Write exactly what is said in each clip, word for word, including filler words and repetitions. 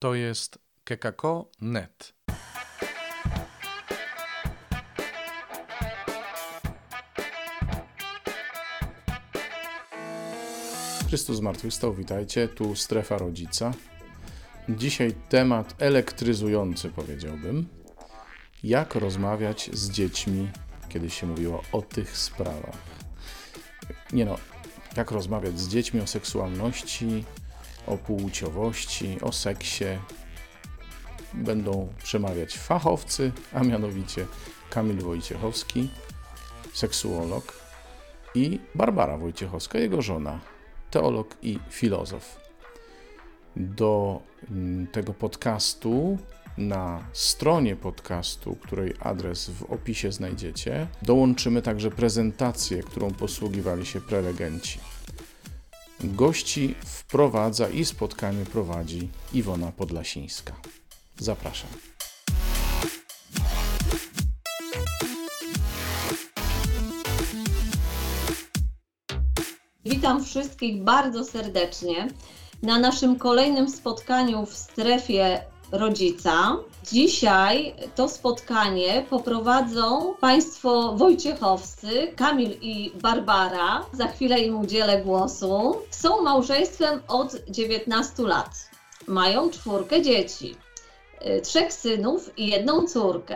To jest kekako kropka net. Chrystus zmartwychwstał, witajcie, tu Strefa Rodzica. Dzisiaj temat elektryzujący, powiedziałbym. Jak rozmawiać z dziećmi, kiedy się mówiło o tych sprawach. Nie no, jak rozmawiać z dziećmi o seksualności, o płciowości, o seksie. Będą przemawiać fachowcy, a mianowicie Kamil Wojciechowski, seksuolog, i Barbara Wojciechowska, jego żona, teolog i filozof. Do tego podcastu na stronie podcastu, której adres w opisie znajdziecie, dołączymy także prezentację, którą posługiwali się prelegenci. Gości wprowadza i spotkanie prowadzi Iwona Podlasińska. Zapraszam. Witam wszystkich bardzo serdecznie na naszym kolejnym spotkaniu w Strefie Rodzica. Dzisiaj to spotkanie poprowadzą Państwo Wojciechowscy, Kamil i Barbara. Za chwilę im udzielę głosu. Są małżeństwem od dziewiętnastu lat. Mają czwórkę dzieci, trzech synów i jedną córkę.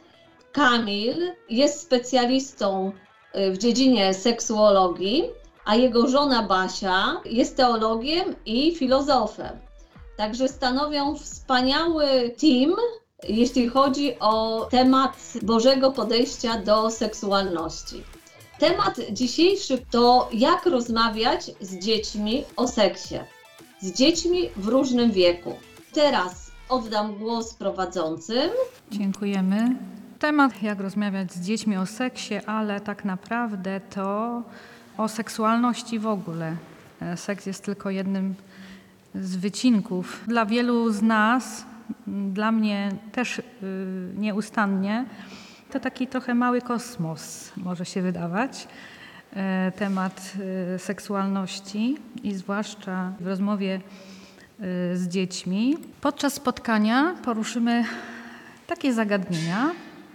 Kamil jest specjalistą w dziedzinie seksuologii, a jego żona Basia jest teologiem i filozofem. Także stanowią wspaniały team, jeśli chodzi o temat Bożego podejścia do seksualności. Temat dzisiejszy to jak rozmawiać z dziećmi o seksie. Z dziećmi w różnym wieku. Teraz oddam głos prowadzącym. Dziękujemy. Temat jak rozmawiać z dziećmi o seksie, ale tak naprawdę to o seksualności w ogóle. Seks jest tylko jednym z wycinków. Dla wielu z nas, dla mnie też yy, nieustannie, to taki trochę mały kosmos może się wydawać. Yy, temat yy, seksualności i zwłaszcza w rozmowie yy, z dziećmi. Podczas spotkania poruszymy takie zagadnienia,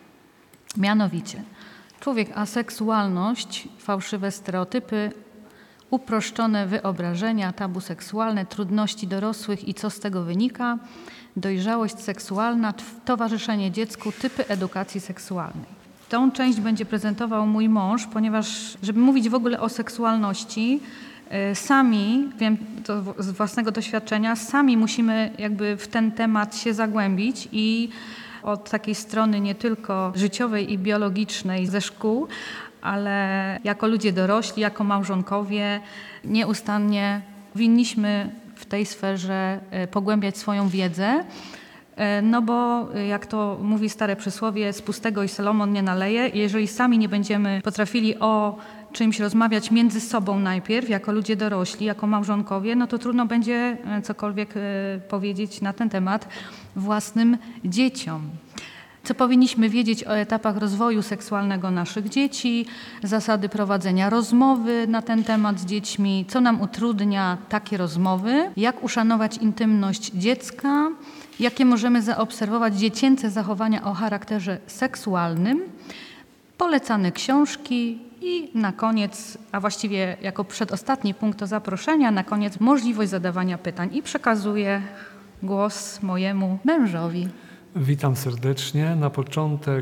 mianowicie człowiek, a seksualność, fałszywe stereotypy, uproszczone wyobrażenia, tabu seksualne, trudności dorosłych i co z tego wynika, dojrzałość seksualna, towarzyszenie dziecku, typy edukacji seksualnej. Tą część będzie prezentował mój mąż, ponieważ żeby mówić w ogóle o seksualności, sami, wiem to z własnego doświadczenia, sami musimy jakby w ten temat się zagłębić i od takiej strony nie tylko życiowej i biologicznej ze szkół, ale jako ludzie dorośli, jako małżonkowie nieustannie powinniśmy w tej sferze pogłębiać swoją wiedzę, no bo jak to mówi stare przysłowie, z pustego i Salomon nie naleje. Jeżeli sami nie będziemy potrafili o czymś rozmawiać między sobą najpierw, jako ludzie dorośli, jako małżonkowie, no to trudno będzie cokolwiek powiedzieć na ten temat własnym dzieciom. Co powinniśmy wiedzieć o etapach rozwoju seksualnego naszych dzieci, zasady prowadzenia rozmowy na ten temat z dziećmi, co nam utrudnia takie rozmowy, jak uszanować intymność dziecka, jakie możemy zaobserwować dziecięce zachowania o charakterze seksualnym, polecane książki i na koniec, a właściwie jako przedostatni punkt do zaproszenia, na koniec możliwość zadawania pytań. I przekazuję głos mojemu mężowi. Witam serdecznie. Na początek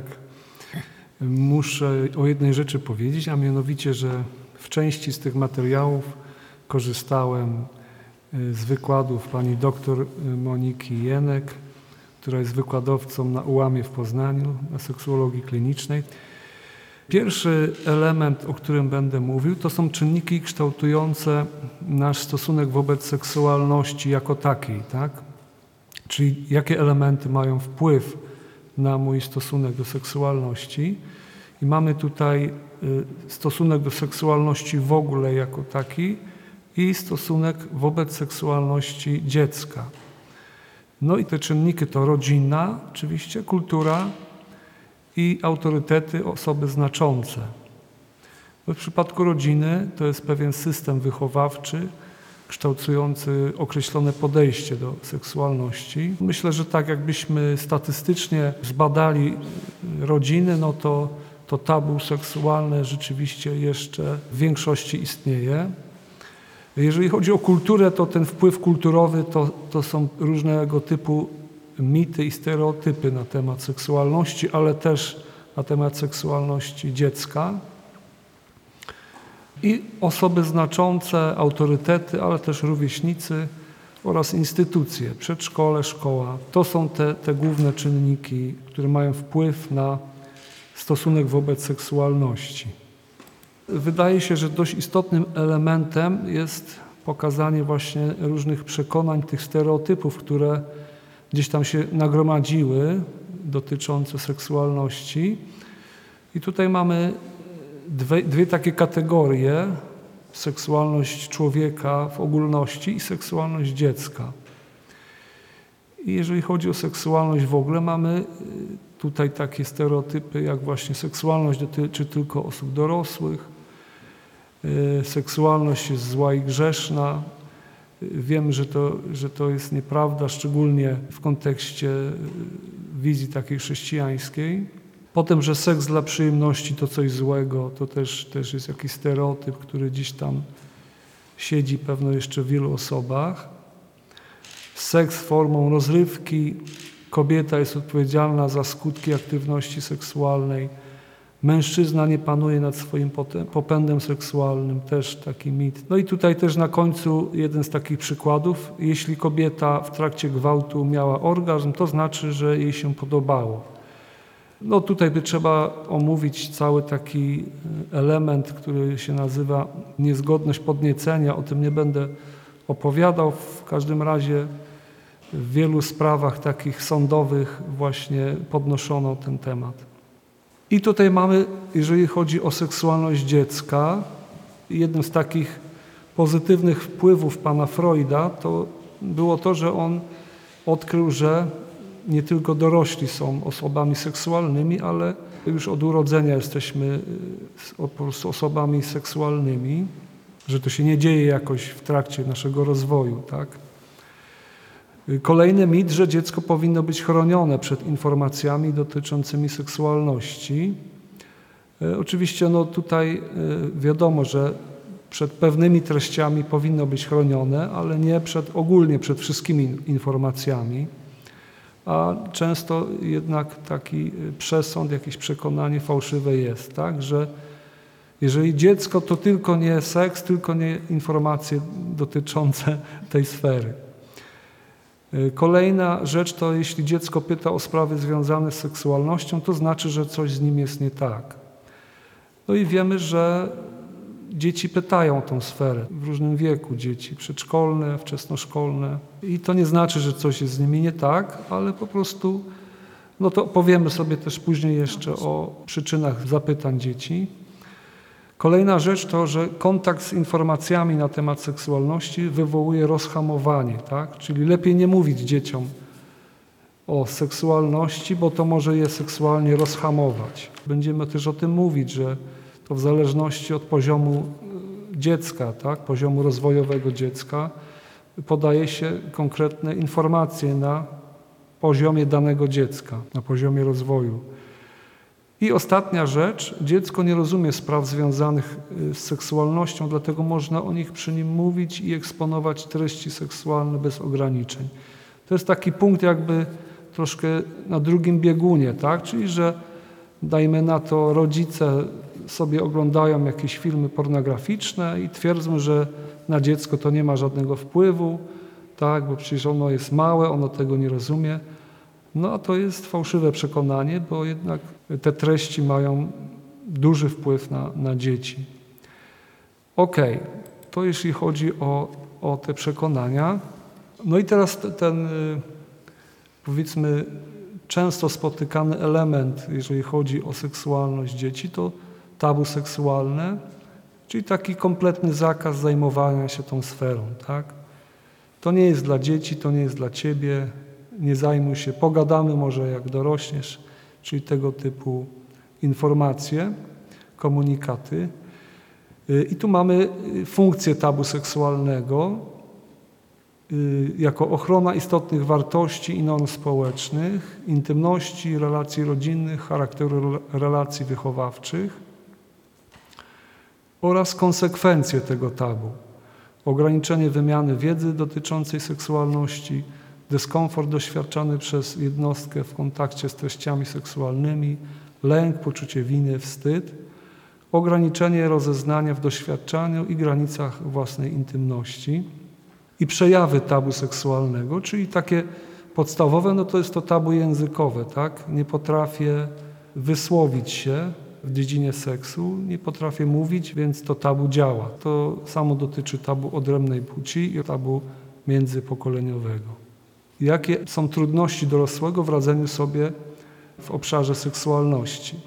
muszę o jednej rzeczy powiedzieć, a mianowicie, że w części z tych materiałów korzystałem z wykładów pani doktor Moniki Jenek, która jest wykładowcą na U A M-ie w Poznaniu, na seksuologii klinicznej. Pierwszy element, o którym będę mówił, to są czynniki kształtujące nasz stosunek wobec seksualności jako takiej, tak? Czyli jakie elementy mają wpływ na mój stosunek do seksualności. I mamy tutaj stosunek do seksualności w ogóle jako taki i stosunek wobec seksualności dziecka. No i te czynniki to rodzina, oczywiście, kultura i autorytety, osoby znaczące. W przypadku rodziny to jest pewien system wychowawczy, kształtujący określone podejście do seksualności. Myślę, że tak jakbyśmy statystycznie zbadali rodziny, no to, to tabu seksualne rzeczywiście jeszcze w większości istnieje. Jeżeli chodzi o kulturę, to ten wpływ kulturowy to, to są różnego typu mity i stereotypy na temat seksualności, ale też na temat seksualności dziecka. I osoby znaczące, autorytety, ale też rówieśnicy oraz instytucje, przedszkole, szkoła. To są te, te główne czynniki, które mają wpływ na stosunek wobec seksualności. Wydaje się, że dość istotnym elementem jest pokazanie właśnie różnych przekonań, tych stereotypów, które gdzieś tam się nagromadziły dotyczące seksualności. I tutaj mamy dwie, dwie takie kategorie: seksualność człowieka w ogólności i seksualność dziecka. I jeżeli chodzi o seksualność w ogóle, mamy tutaj takie stereotypy, jak właśnie seksualność dotyczy tylko osób dorosłych, seksualność jest zła i grzeszna. Wiem, że to, że to jest nieprawda, szczególnie w kontekście wizji takiej chrześcijańskiej. Potem, że seks dla przyjemności to coś złego, to też, też jest jakiś stereotyp, który gdzieś tam siedzi pewno jeszcze w wielu osobach. Seks formą rozrywki, kobieta jest odpowiedzialna za skutki aktywności seksualnej, mężczyzna nie panuje nad swoim popędem seksualnym, też taki mit. No i tutaj też na końcu jeden z takich przykładów: jeśli kobieta w trakcie gwałtu miała orgazm, to znaczy, że jej się podobało. No tutaj by trzeba omówić cały taki element, który się nazywa niezgodność podniecenia. O tym nie będę opowiadał. W każdym razie w wielu sprawach takich sądowych właśnie podnoszono ten temat. I tutaj mamy, jeżeli chodzi o seksualność dziecka, jednym z takich pozytywnych wpływów pana Freuda to było to, że on odkrył, że nie tylko dorośli są osobami seksualnymi, ale już od urodzenia jesteśmy po prostu osobami seksualnymi, że to się nie dzieje jakoś w trakcie naszego rozwoju, tak? Kolejny mit, że dziecko powinno być chronione przed informacjami dotyczącymi seksualności. Oczywiście no tutaj wiadomo, że przed pewnymi treściami powinno być chronione, ale nie przed, ogólnie przed wszystkimi informacjami. A często jednak taki przesąd, jakieś przekonanie fałszywe jest, tak, że jeżeli dziecko, to tylko nie seks, tylko nie informacje dotyczące tej sfery. Kolejna rzecz to, jeśli dziecko pyta o sprawy związane z seksualnością, to znaczy, że coś z nim jest nie tak. No i wiemy, że dzieci pytają o tą sferę w różnym wieku, dzieci przedszkolne, wczesnoszkolne. I to nie znaczy, że coś jest z nimi nie tak, ale po prostu, no to powiemy sobie też później jeszcze o przyczynach zapytań dzieci. Kolejna rzecz to, że kontakt z informacjami na temat seksualności wywołuje rozhamowanie, tak? Czyli lepiej nie mówić dzieciom o seksualności, bo to może je seksualnie rozhamować. Będziemy też o tym mówić, że to w zależności od poziomu dziecka, tak? Poziomu rozwojowego dziecka, podaje się konkretne informacje na poziomie danego dziecka, na poziomie rozwoju. I ostatnia rzecz, dziecko nie rozumie spraw związanych z seksualnością, dlatego można o nich przy nim mówić i eksponować treści seksualne bez ograniczeń. To jest taki punkt jakby troszkę na drugim biegunie, tak? Czyli że dajmy na to, rodzice sobie oglądają jakieś filmy pornograficzne i twierdzą, że na dziecko to nie ma żadnego wpływu, tak? Bo przecież ono jest małe, ono tego nie rozumie. No a to jest fałszywe przekonanie, bo jednak te treści mają duży wpływ na, na dzieci. Okej, okay. To jeśli chodzi o, o te przekonania. No i teraz ten, powiedzmy, często spotykany element, jeżeli chodzi o seksualność dzieci, to tabu seksualne, czyli taki kompletny zakaz zajmowania się tą sferą, tak? To nie jest dla dzieci, to nie jest dla ciebie, nie zajmuj się, pogadamy może jak dorośniesz, czyli tego typu informacje, komunikaty. I tu mamy funkcję tabu seksualnego. jako ochrona istotnych wartości i norm społecznych, intymności, relacji rodzinnych, charakteru relacji wychowawczych oraz konsekwencje tego tabu. Ograniczenie wymiany wiedzy dotyczącej seksualności, dyskomfort doświadczany przez jednostkę w kontakcie z treściami seksualnymi, lęk, poczucie winy, wstyd, ograniczenie rozeznania w doświadczaniu i granicach własnej intymności i przejawy tabu seksualnego, czyli takie podstawowe, no to jest to tabu językowe, tak? Nie potrafię wysłowić się w dziedzinie seksu, nie potrafię mówić, więc to tabu działa. To samo dotyczy tabu odrębnej płci i tabu międzypokoleniowego. Jakie są trudności dorosłego w radzeniu sobie w obszarze seksualności?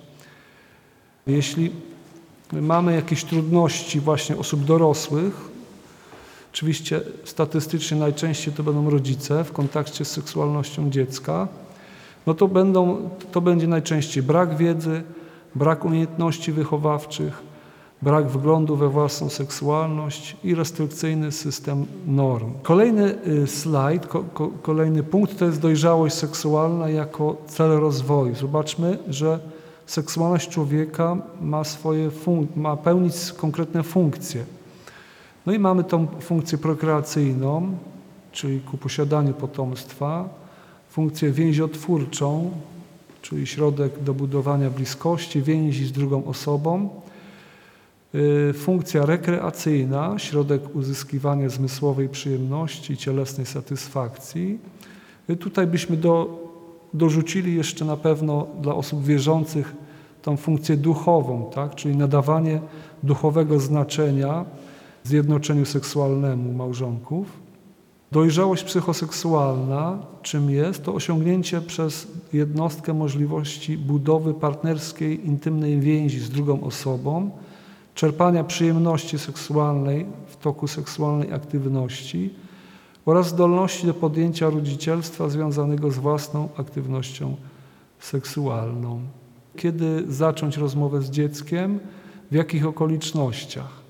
Jeśli mamy jakieś trudności właśnie osób dorosłych, oczywiście statystycznie najczęściej to będą rodzice w kontakcie z seksualnością dziecka, no to, będą, to będzie najczęściej brak wiedzy, brak umiejętności wychowawczych, brak wglądu we własną seksualność i restrykcyjny system norm. Kolejny slajd, ko, ko, kolejny punkt to jest dojrzałość seksualna jako cel rozwoju. Zobaczmy, że seksualność człowieka ma, swoje fun- ma pełnić konkretne funkcje. No i mamy tą funkcję prokreacyjną, czyli ku posiadaniu potomstwa, funkcję więziotwórczą, czyli środek do budowania bliskości, więzi z drugą osobą, funkcja rekreacyjna, środek uzyskiwania zmysłowej przyjemności, cielesnej satysfakcji. Tutaj byśmy do, dorzucili jeszcze na pewno dla osób wierzących tą funkcję duchową, tak? Czyli nadawanie duchowego znaczenia zjednoczeniu seksualnemu małżonków. Dojrzałość psychoseksualna, czym jest? To osiągnięcie przez jednostkę możliwości budowy partnerskiej, intymnej więzi z drugą osobą, czerpania przyjemności seksualnej w toku seksualnej aktywności oraz zdolności do podjęcia rodzicielstwa związanego z własną aktywnością seksualną. Kiedy zacząć rozmowę z dzieckiem? W jakich okolicznościach?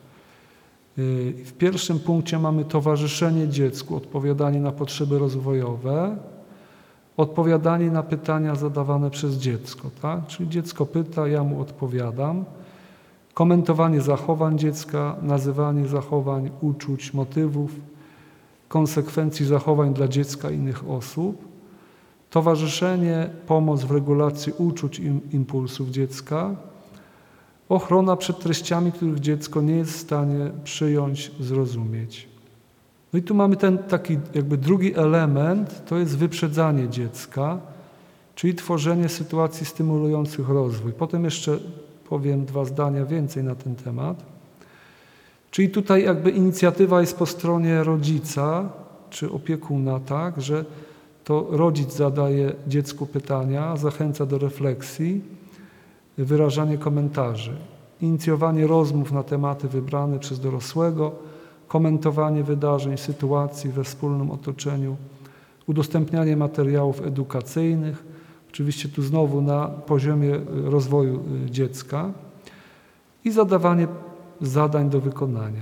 W pierwszym punkcie mamy towarzyszenie dziecku, odpowiadanie na potrzeby rozwojowe, odpowiadanie na pytania zadawane przez dziecko, tak? Czyli dziecko pyta, ja mu odpowiadam. Komentowanie zachowań dziecka, nazywanie zachowań, uczuć, motywów, konsekwencji zachowań dla dziecka i innych osób, towarzyszenie, pomoc w regulacji uczuć i impulsów dziecka, ochrona przed treściami, których dziecko nie jest w stanie przyjąć, zrozumieć. No i tu mamy ten taki jakby drugi element, to jest wyprzedzanie dziecka, czyli tworzenie sytuacji stymulujących rozwój. Potem jeszcze powiem dwa zdania więcej na ten temat. Czyli tutaj jakby inicjatywa jest po stronie rodzica czy opiekuna, tak, że to rodzic zadaje dziecku pytania, zachęca do refleksji, wyrażanie komentarzy, inicjowanie rozmów na tematy wybrane przez dorosłego, komentowanie wydarzeń, sytuacji we wspólnym otoczeniu, udostępnianie materiałów edukacyjnych, oczywiście tu znowu na poziomie rozwoju dziecka i zadawanie zadań do wykonania.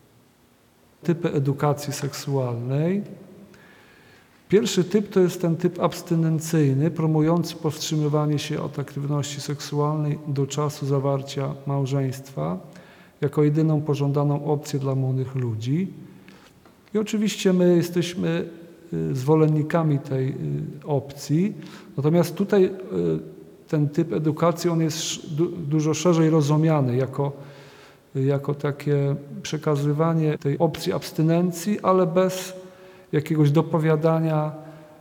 Typy edukacji seksualnej. Pierwszy typ to jest ten typ abstynencyjny, promujący powstrzymywanie się od aktywności seksualnej do czasu zawarcia małżeństwa jako jedyną pożądaną opcję dla młodych ludzi. I oczywiście my jesteśmy zwolennikami tej opcji, natomiast tutaj ten typ edukacji on jest dużo szerzej rozumiany jako, jako takie przekazywanie tej opcji abstynencji, ale bez jakiegoś dopowiadania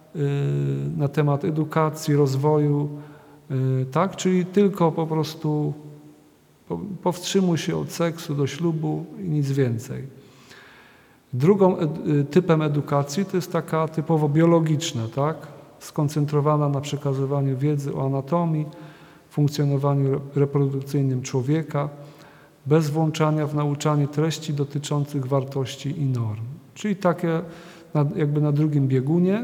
na temat edukacji, rozwoju, tak? Czyli tylko po prostu powstrzymuj się od seksu do ślubu i nic więcej. Drugą typem edukacji to jest taka typowo biologiczna, tak? Skoncentrowana na przekazywaniu wiedzy o anatomii, funkcjonowaniu reprodukcyjnym człowieka, bez włączania w nauczanie treści dotyczących wartości i norm. Czyli takie jakby na drugim biegunie.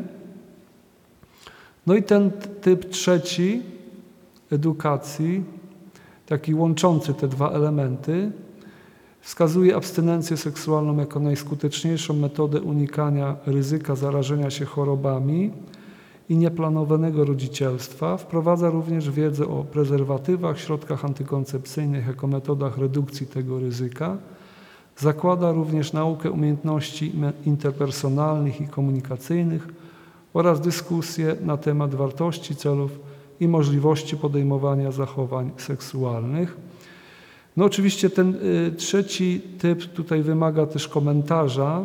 No i ten typ trzeci edukacji, taki łączący te dwa elementy, Wskazuje abstynencję seksualną jako najskuteczniejszą metodę unikania ryzyka zarażenia się chorobami i nieplanowanego rodzicielstwa. Wprowadza również wiedzę o prezerwatywach, środkach antykoncepcyjnych jako metodach redukcji tego ryzyka. Zakłada również naukę umiejętności interpersonalnych i komunikacyjnych oraz dyskusje na temat wartości, celów i możliwości podejmowania zachowań seksualnych. No oczywiście ten y, trzeci typ tutaj wymaga też komentarza.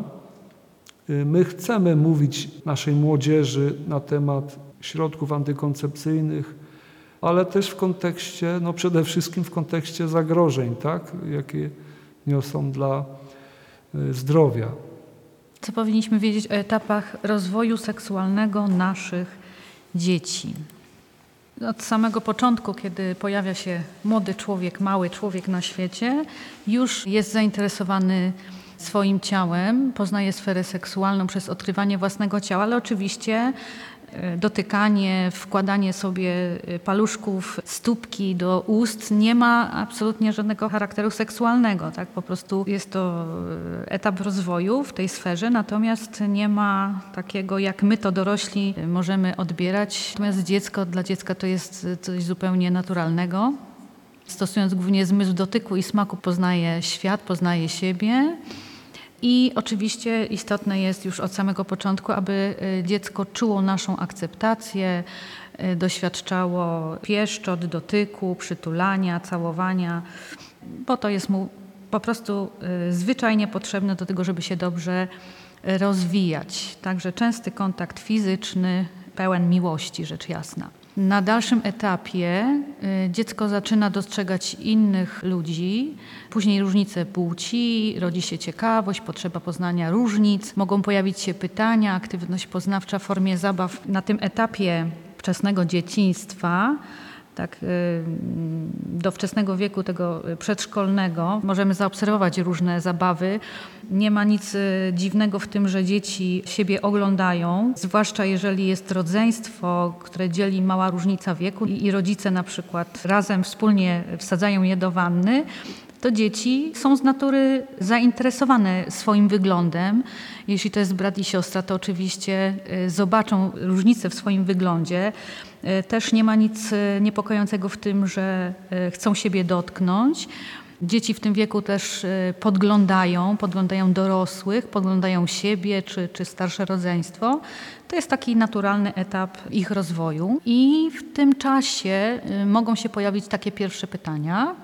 Y, my chcemy mówić naszej młodzieży na temat środków antykoncepcyjnych, ale też w kontekście, no przede wszystkim w kontekście zagrożeń, tak, jakie niosą dla y, zdrowia. Co powinniśmy wiedzieć o etapach rozwoju seksualnego naszych dzieci? Od samego początku, kiedy pojawia się młody człowiek, mały człowiek na świecie, już jest zainteresowany swoim ciałem, poznaje sferę seksualną przez odkrywanie własnego ciała, ale oczywiście dotykanie, wkładanie sobie paluszków, stópki do ust nie ma absolutnie żadnego charakteru seksualnego. Tak? Po prostu jest to etap rozwoju w tej sferze, natomiast nie ma takiego, jak my to dorośli możemy odbierać. Natomiast dziecko, dla dziecka to jest coś zupełnie naturalnego. Stosując głównie zmysł dotyku i smaku, poznaje świat, poznaje siebie. I oczywiście istotne jest już od samego początku, aby dziecko czuło naszą akceptację, doświadczało pieszczot, dotyku, przytulania, całowania, bo to jest mu po prostu zwyczajnie potrzebne do tego, żeby się dobrze rozwijać. Także częsty kontakt fizyczny, pełen miłości, rzecz jasna. Na dalszym etapie dziecko zaczyna dostrzegać innych ludzi, później różnice płci, rodzi się ciekawość, potrzeba poznania różnic, mogą pojawić się pytania, aktywność poznawcza w formie zabaw. Na tym etapie wczesnego dzieciństwa, tak, do wczesnego wieku tego przedszkolnego możemy zaobserwować różne zabawy. Nie ma nic dziwnego w tym, że dzieci siebie oglądają, zwłaszcza jeżeli jest rodzeństwo, które dzieli mała różnica wieku i rodzice na przykład razem wspólnie wsadzają je do wanny, to dzieci są z natury zainteresowane swoim wyglądem. Jeśli to jest brat i siostra, to oczywiście zobaczą różnicę w swoim wyglądzie. Też nie ma nic niepokojącego w tym, że chcą siebie dotknąć. Dzieci w tym wieku też podglądają, podglądają dorosłych, podglądają siebie czy, czy starsze rodzeństwo. To jest taki naturalny etap ich rozwoju i w tym czasie mogą się pojawić takie pierwsze pytania,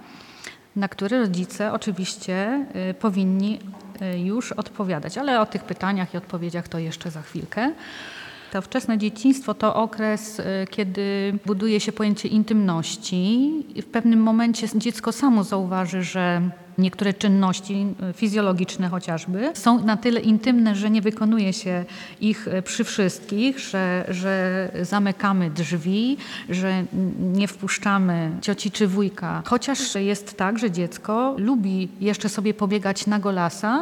na które rodzice oczywiście powinni już odpowiadać, ale o tych pytaniach i odpowiedziach to jeszcze za chwilkę. To wczesne dzieciństwo to okres, kiedy buduje się pojęcie intymności. W pewnym momencie dziecko samo zauważy, że niektóre czynności fizjologiczne chociażby są na tyle intymne, że nie wykonuje się ich przy wszystkich, że, że zamykamy drzwi, że nie wpuszczamy cioci czy wujka. Chociaż jest tak, że dziecko lubi jeszcze sobie pobiegać na golasa.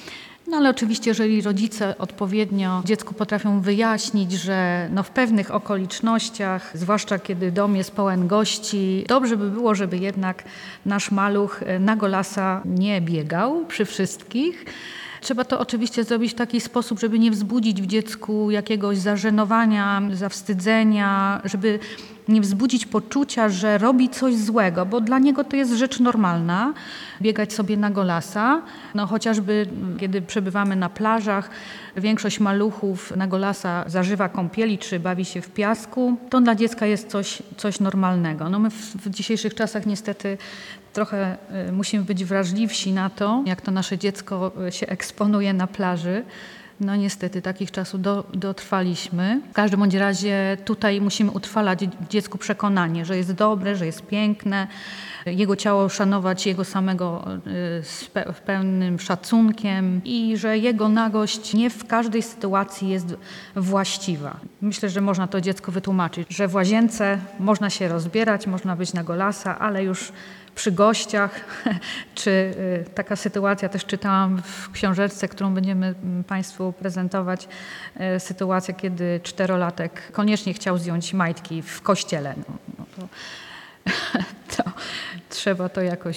No ale oczywiście, jeżeli rodzice odpowiednio dziecku potrafią wyjaśnić, że no w pewnych okolicznościach, zwłaszcza kiedy dom jest pełen gości, dobrze by było, żeby jednak nasz maluch na golasa nie biegał przy wszystkich. Trzeba to oczywiście zrobić w taki sposób, żeby nie wzbudzić w dziecku jakiegoś zażenowania, zawstydzenia, żeby nie wzbudzić poczucia, że robi coś złego, bo dla niego to jest rzecz normalna, biegać sobie na golasa. No chociażby kiedy przebywamy na plażach, większość maluchów na golasa zażywa kąpieli czy bawi się w piasku, to dla dziecka jest coś, coś normalnego. No my w, w dzisiejszych czasach niestety trochę musimy być wrażliwsi na to, jak to nasze dziecko się eksponuje na plaży. No niestety takich czasów do, dotrwaliśmy. W każdym bądź razie tutaj musimy utrwalać dziecku przekonanie, że jest dobre, że jest piękne, jego ciało szanować jego samego z pe- pełnym szacunkiem i że jego nagość nie w każdej sytuacji jest właściwa. Myślę, że można to dziecku wytłumaczyć, że w łazience można się rozbierać, można być na golasa, ale już przy gościach, czy taka sytuacja, też czytałam w książeczce, którą będziemy Państwu prezentować, sytuacja, kiedy czterolatek koniecznie chciał zdjąć majtki w kościele. No, no to, to trzeba to jakoś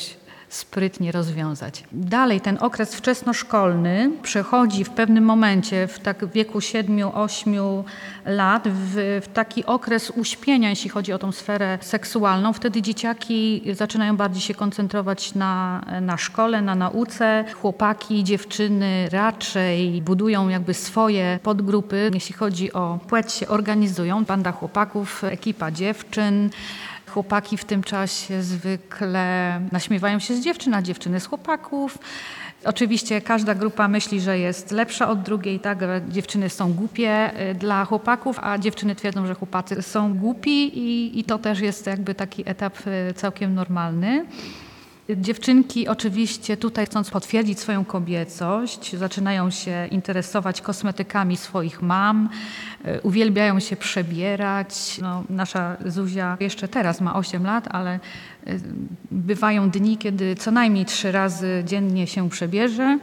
sprytnie rozwiązać. Dalej ten okres wczesnoszkolny przechodzi w pewnym momencie, w tak wieku siedmiu ośmiu lat, w, w taki okres uśpienia, jeśli chodzi o tą sferę seksualną. Wtedy dzieciaki zaczynają bardziej się koncentrować na, na szkole, na nauce. Chłopaki, dziewczyny raczej budują jakby swoje podgrupy. Jeśli chodzi o płeć, się organizują. Banda chłopaków, ekipa dziewczyn. Chłopaki w tym czasie zwykle naśmiewają się z dziewczyn, a dziewczyny z chłopaków. Oczywiście każda grupa myśli, że jest lepsza od drugiej, tak? Dziewczyny są głupie dla chłopaków, a dziewczyny twierdzą, że chłopacy są głupi i, i to też jest jakby taki etap całkiem normalny. Dziewczynki oczywiście tutaj, chcąc potwierdzić swoją kobiecość, zaczynają się interesować kosmetykami swoich mam, uwielbiają się przebierać. No, nasza Zuzia jeszcze teraz ma osiem lat, ale bywają dni, kiedy co najmniej trzy razy dziennie się przebierze.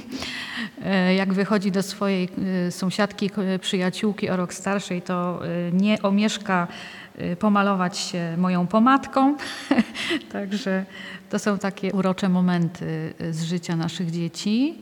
Jak wychodzi do swojej sąsiadki, przyjaciółki o rok starszej, to nie omieszka pomalować się moją pomadką. Także to są takie urocze momenty z życia naszych dzieci.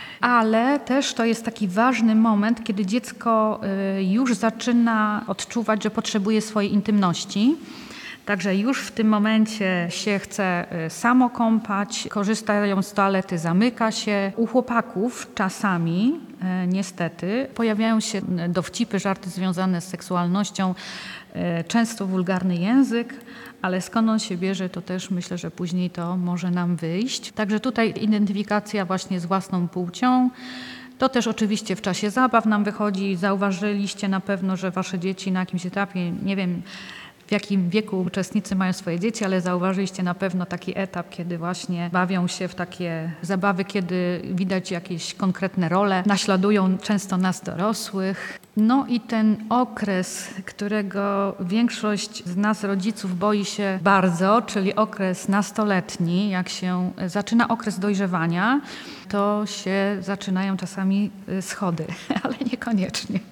Ale też to jest taki ważny moment, kiedy dziecko już zaczyna odczuwać, że potrzebuje swojej intymności. Także już w tym momencie się chce samo kąpać, korzystając z toalety, zamyka się. U chłopaków czasami, niestety, pojawiają się dowcipy, żarty związane z seksualnością, często wulgarny język, ale skąd on się bierze, to też myślę, że później to może nam wyjść. Także tutaj identyfikacja właśnie z własną płcią. To też oczywiście w czasie zabaw nam wychodzi. Zauważyliście na pewno, że wasze dzieci na jakimś etapie, nie wiem w jakim wieku uczestnicy mają swoje dzieci, ale zauważyliście na pewno taki etap, kiedy właśnie bawią się w takie zabawy, kiedy widać jakieś konkretne role, naśladują często nas dorosłych. No i ten okres, którego większość z nas rodziców boi się bardzo, czyli okres nastoletni, jak się zaczyna okres dojrzewania, to się zaczynają czasami schody, ale niekoniecznie.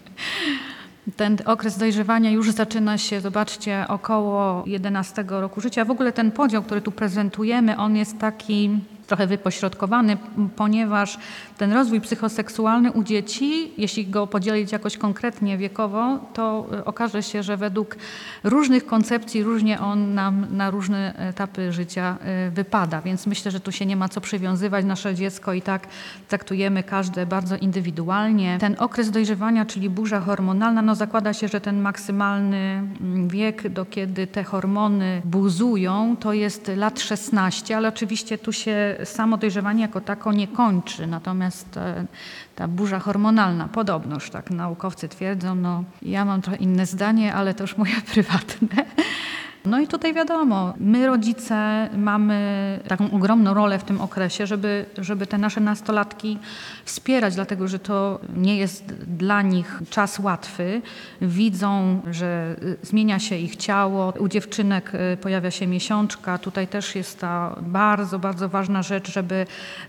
Ten okres dojrzewania już zaczyna się, zobaczcie, około jedenastego roku życia. W ogóle ten podział, który tu prezentujemy, on jest taki trochę wypośrodkowany, ponieważ ten rozwój psychoseksualny u dzieci, jeśli go podzielić jakoś konkretnie wiekowo, to okaże się, że według różnych koncepcji różnie on nam na różne etapy życia wypada. Więc myślę, że tu się nie ma co przywiązywać. Nasze dziecko i tak traktujemy każde bardzo indywidualnie. Ten okres dojrzewania, czyli burza hormonalna, no zakłada się, że ten maksymalny wiek, do kiedy te hormony buzują, to jest lat szesnaście, ale oczywiście tu się samo dojrzewanie jako tako nie kończy. Natomiast ta, ta burza hormonalna, podobnoż tak naukowcy twierdzą, no ja mam trochę inne zdanie, ale to już moje prywatne. No i tutaj wiadomo, my rodzice mamy taką ogromną rolę w tym okresie, żeby, żeby te nasze nastolatki wspierać, dlatego że to nie jest dla nich czas łatwy. Widzą, że zmienia się ich ciało, u dziewczynek pojawia się miesiączka. Tutaj też jest ta bardzo, bardzo ważna rzecz, żeby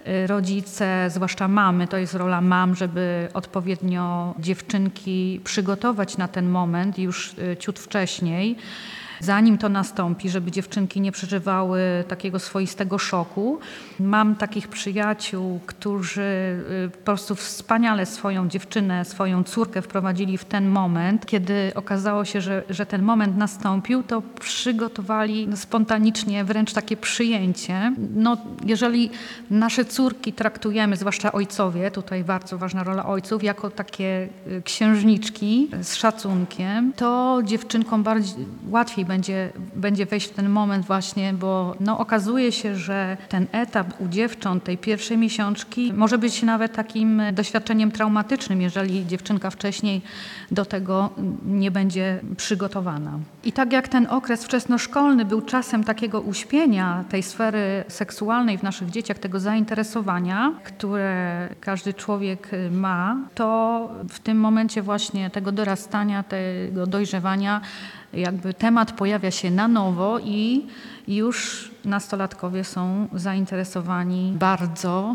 rodzice, zwłaszcza mamy, to jest rola mam, żeby odpowiednio dziewczynki przygotować na ten moment już ciut wcześniej. Zanim to nastąpi, żeby dziewczynki nie przeżywały takiego swoistego szoku. Mam takich przyjaciół, którzy po prostu wspaniale swoją dziewczynę, swoją córkę wprowadzili w ten moment. Kiedy okazało się, że, że ten moment nastąpił, to przygotowali spontanicznie wręcz takie przyjęcie. No, jeżeli nasze córki traktujemy, zwłaszcza ojcowie, tutaj bardzo ważna rola ojców, jako takie księżniczki z szacunkiem, to dziewczynkom bardziej łatwiej będzie, będzie wejść w ten moment właśnie, bo no, okazuje się, że ten etap u dziewcząt, tej pierwszej miesiączki może być nawet takim doświadczeniem traumatycznym, jeżeli dziewczynka wcześniej do tego nie będzie przygotowana. I tak jak ten okres wczesnoszkolny był czasem takiego uśpienia tej sfery seksualnej w naszych dzieciach, tego zainteresowania, które każdy człowiek ma, to w tym momencie właśnie tego dorastania, tego dojrzewania jakby temat pojawia się na nowo i już nastolatkowie są zainteresowani bardzo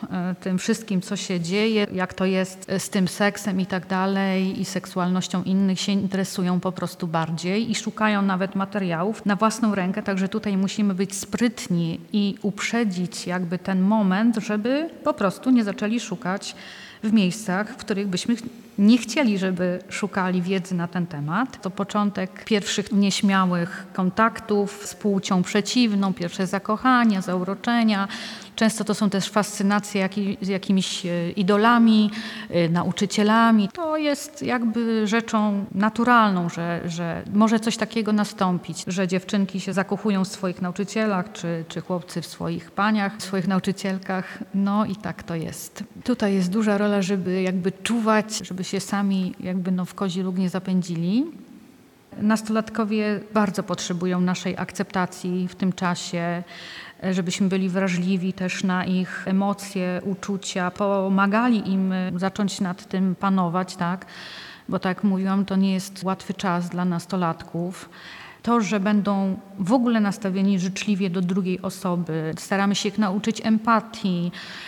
tym wszystkim, co się dzieje, jak to jest z tym seksem i tak dalej i seksualnością innych, się interesują po prostu bardziej i szukają nawet materiałów na własną rękę, także tutaj musimy być sprytni i uprzedzić jakby ten moment, żeby po prostu nie zaczęli szukać w miejscach, w których byśmy nie chcieli, żeby szukali wiedzy na ten temat. To początek pierwszych nieśmiałych kontaktów z płcią przeciwną, pierwsze zakochania, zauroczenia. Często to są też fascynacje jaki, z jakimiś idolami, nauczycielami. To jest jakby rzeczą naturalną, że, że może coś takiego nastąpić, że dziewczynki się zakochują w swoich nauczycielach, czy, czy chłopcy w swoich paniach, w swoich nauczycielkach. No i tak to jest. Tutaj jest duża rola, żeby jakby czuwać, żeby się sami jakby no w kozi róg nie zapędzili. Nastolatkowie bardzo potrzebują naszej akceptacji w tym czasie, żebyśmy byli wrażliwi też na ich emocje, uczucia, pomagali im zacząć nad tym panować, tak? Bo tak jak mówiłam, to nie jest łatwy czas dla nastolatków. To, że będą w ogóle nastawieni życzliwie do drugiej osoby, staramy się ich nauczyć empatii,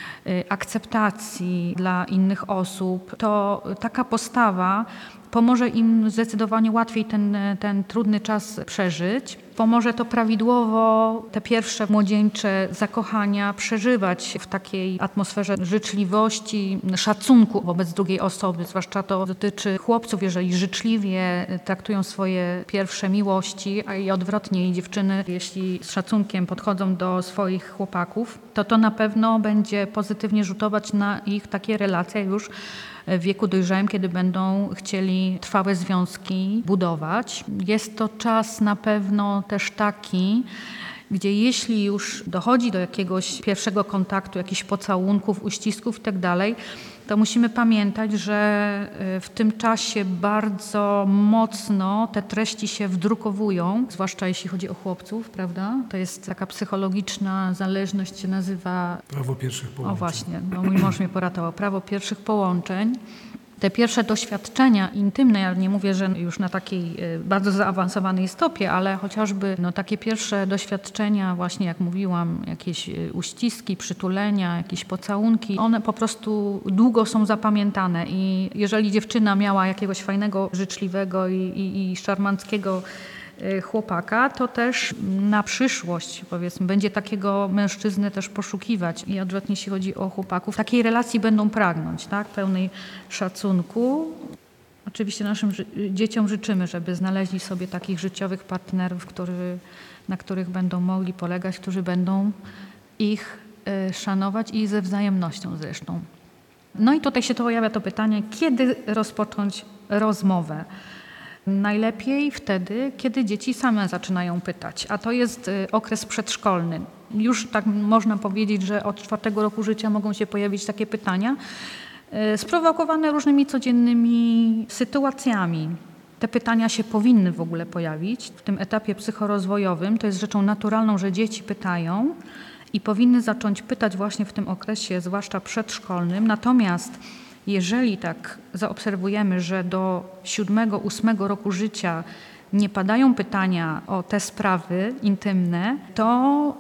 akceptacji dla innych osób, to taka postawa pomoże im zdecydowanie łatwiej ten, ten trudny czas przeżyć. Pomoże to prawidłowo te pierwsze młodzieńcze zakochania przeżywać w takiej atmosferze życzliwości, szacunku wobec drugiej osoby. Zwłaszcza to dotyczy chłopców, jeżeli życzliwie traktują swoje pierwsze miłości, a i odwrotnie i dziewczyny, jeśli z szacunkiem podchodzą do swoich chłopaków, to to na pewno będzie pozytywnie rzutować na ich takie relacje już w wieku dojrzałym, kiedy będą chcieli trwałe związki budować. Jest to czas na pewno też taki, gdzie jeśli już dochodzi do jakiegoś pierwszego kontaktu, jakichś pocałunków, uścisków i tak dalej, to musimy pamiętać, że w tym czasie bardzo mocno te treści się wdrukowują, zwłaszcza jeśli chodzi o chłopców, prawda? To jest taka psychologiczna zależność, się nazywa... Prawo pierwszych połączeń. O właśnie, no mój mąż mnie poratował. Prawo pierwszych połączeń. Te pierwsze doświadczenia intymne, ja nie mówię, że już na takiej bardzo zaawansowanej stopie, ale chociażby no, takie pierwsze doświadczenia, właśnie jak mówiłam, jakieś uściski, przytulenia, jakieś pocałunki, one po prostu długo są zapamiętane i jeżeli dziewczyna miała jakiegoś fajnego, życzliwego i, i, i szarmanckiego chłopaka, to też na przyszłość, powiedzmy, będzie takiego mężczyznę też poszukiwać. I odwrotnie, jeśli chodzi o chłopaków, takiej relacji będą pragnąć, tak? Pełnej szacunku. Oczywiście naszym ży- dzieciom życzymy, żeby znaleźli sobie takich życiowych partnerów, który, na których będą mogli polegać, którzy będą ich y, szanować i ze wzajemnością zresztą. No i tutaj się to pojawia to pytanie, kiedy rozpocząć rozmowę? Najlepiej wtedy, kiedy dzieci same zaczynają pytać, a to jest okres przedszkolny. Już tak można powiedzieć, że od czwartego roku życia mogą się pojawić takie pytania, sprowokowane różnymi codziennymi sytuacjami. Te pytania się powinny w ogóle pojawić. W tym etapie psychorozwojowym to jest rzeczą naturalną, że dzieci pytają i powinny zacząć pytać właśnie w tym okresie, zwłaszcza przedszkolnym. Natomiast jeżeli tak zaobserwujemy, że do siódmego, ósmego roku życia nie padają pytania o te sprawy intymne, to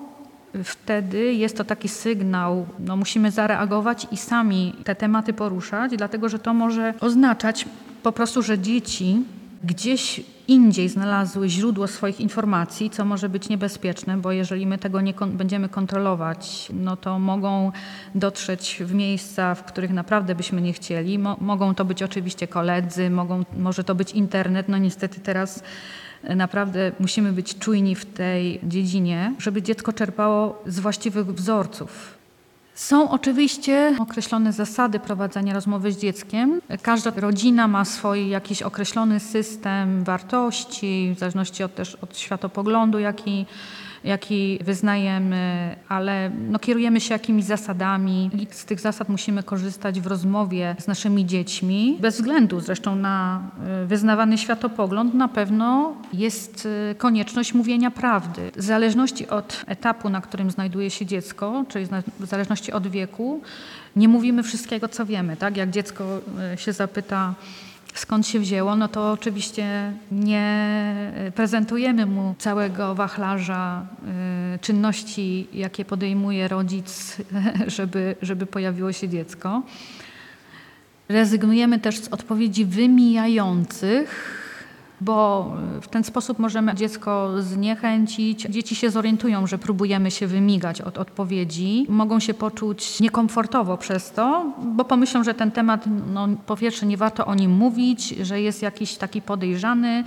wtedy jest to taki sygnał, no musimy zareagować i sami te tematy poruszać, dlatego że to może oznaczać po prostu, że dzieci gdzieś indziej znalazły źródło swoich informacji, co może być niebezpieczne, bo jeżeli my tego nie kon- będziemy kontrolować, no to mogą dotrzeć w miejsca, w których naprawdę byśmy nie chcieli. Mo- mogą to być oczywiście koledzy, mogą, może to być internet. No niestety teraz naprawdę musimy być czujni w tej dziedzinie, żeby dziecko czerpało z właściwych wzorców. Są oczywiście określone zasady prowadzenia rozmowy z dzieckiem. Każda rodzina ma swój jakiś określony system wartości, w zależności od, też od światopoglądu, jaki, jaki wyznajemy, ale no, kierujemy się jakimiś zasadami i z tych zasad musimy korzystać w rozmowie z naszymi dziećmi. Bez względu zresztą na wyznawany światopogląd na pewno jest konieczność mówienia prawdy. W zależności od etapu, na którym znajduje się dziecko, czyli w zależności od wieku, nie mówimy wszystkiego, co wiemy. Tak? Jak dziecko się zapyta, skąd się wzięło, no to oczywiście nie prezentujemy mu całego wachlarza y, czynności, jakie podejmuje rodzic, żeby, żeby pojawiło się dziecko. Rezygnujemy też z odpowiedzi wymijających, bo w ten sposób możemy dziecko zniechęcić. Dzieci się zorientują, że próbujemy się wymigać od odpowiedzi. Mogą się poczuć niekomfortowo przez to, bo pomyślą, że ten temat, no, po pierwsze nie warto o nim mówić, że jest jakiś taki podejrzany.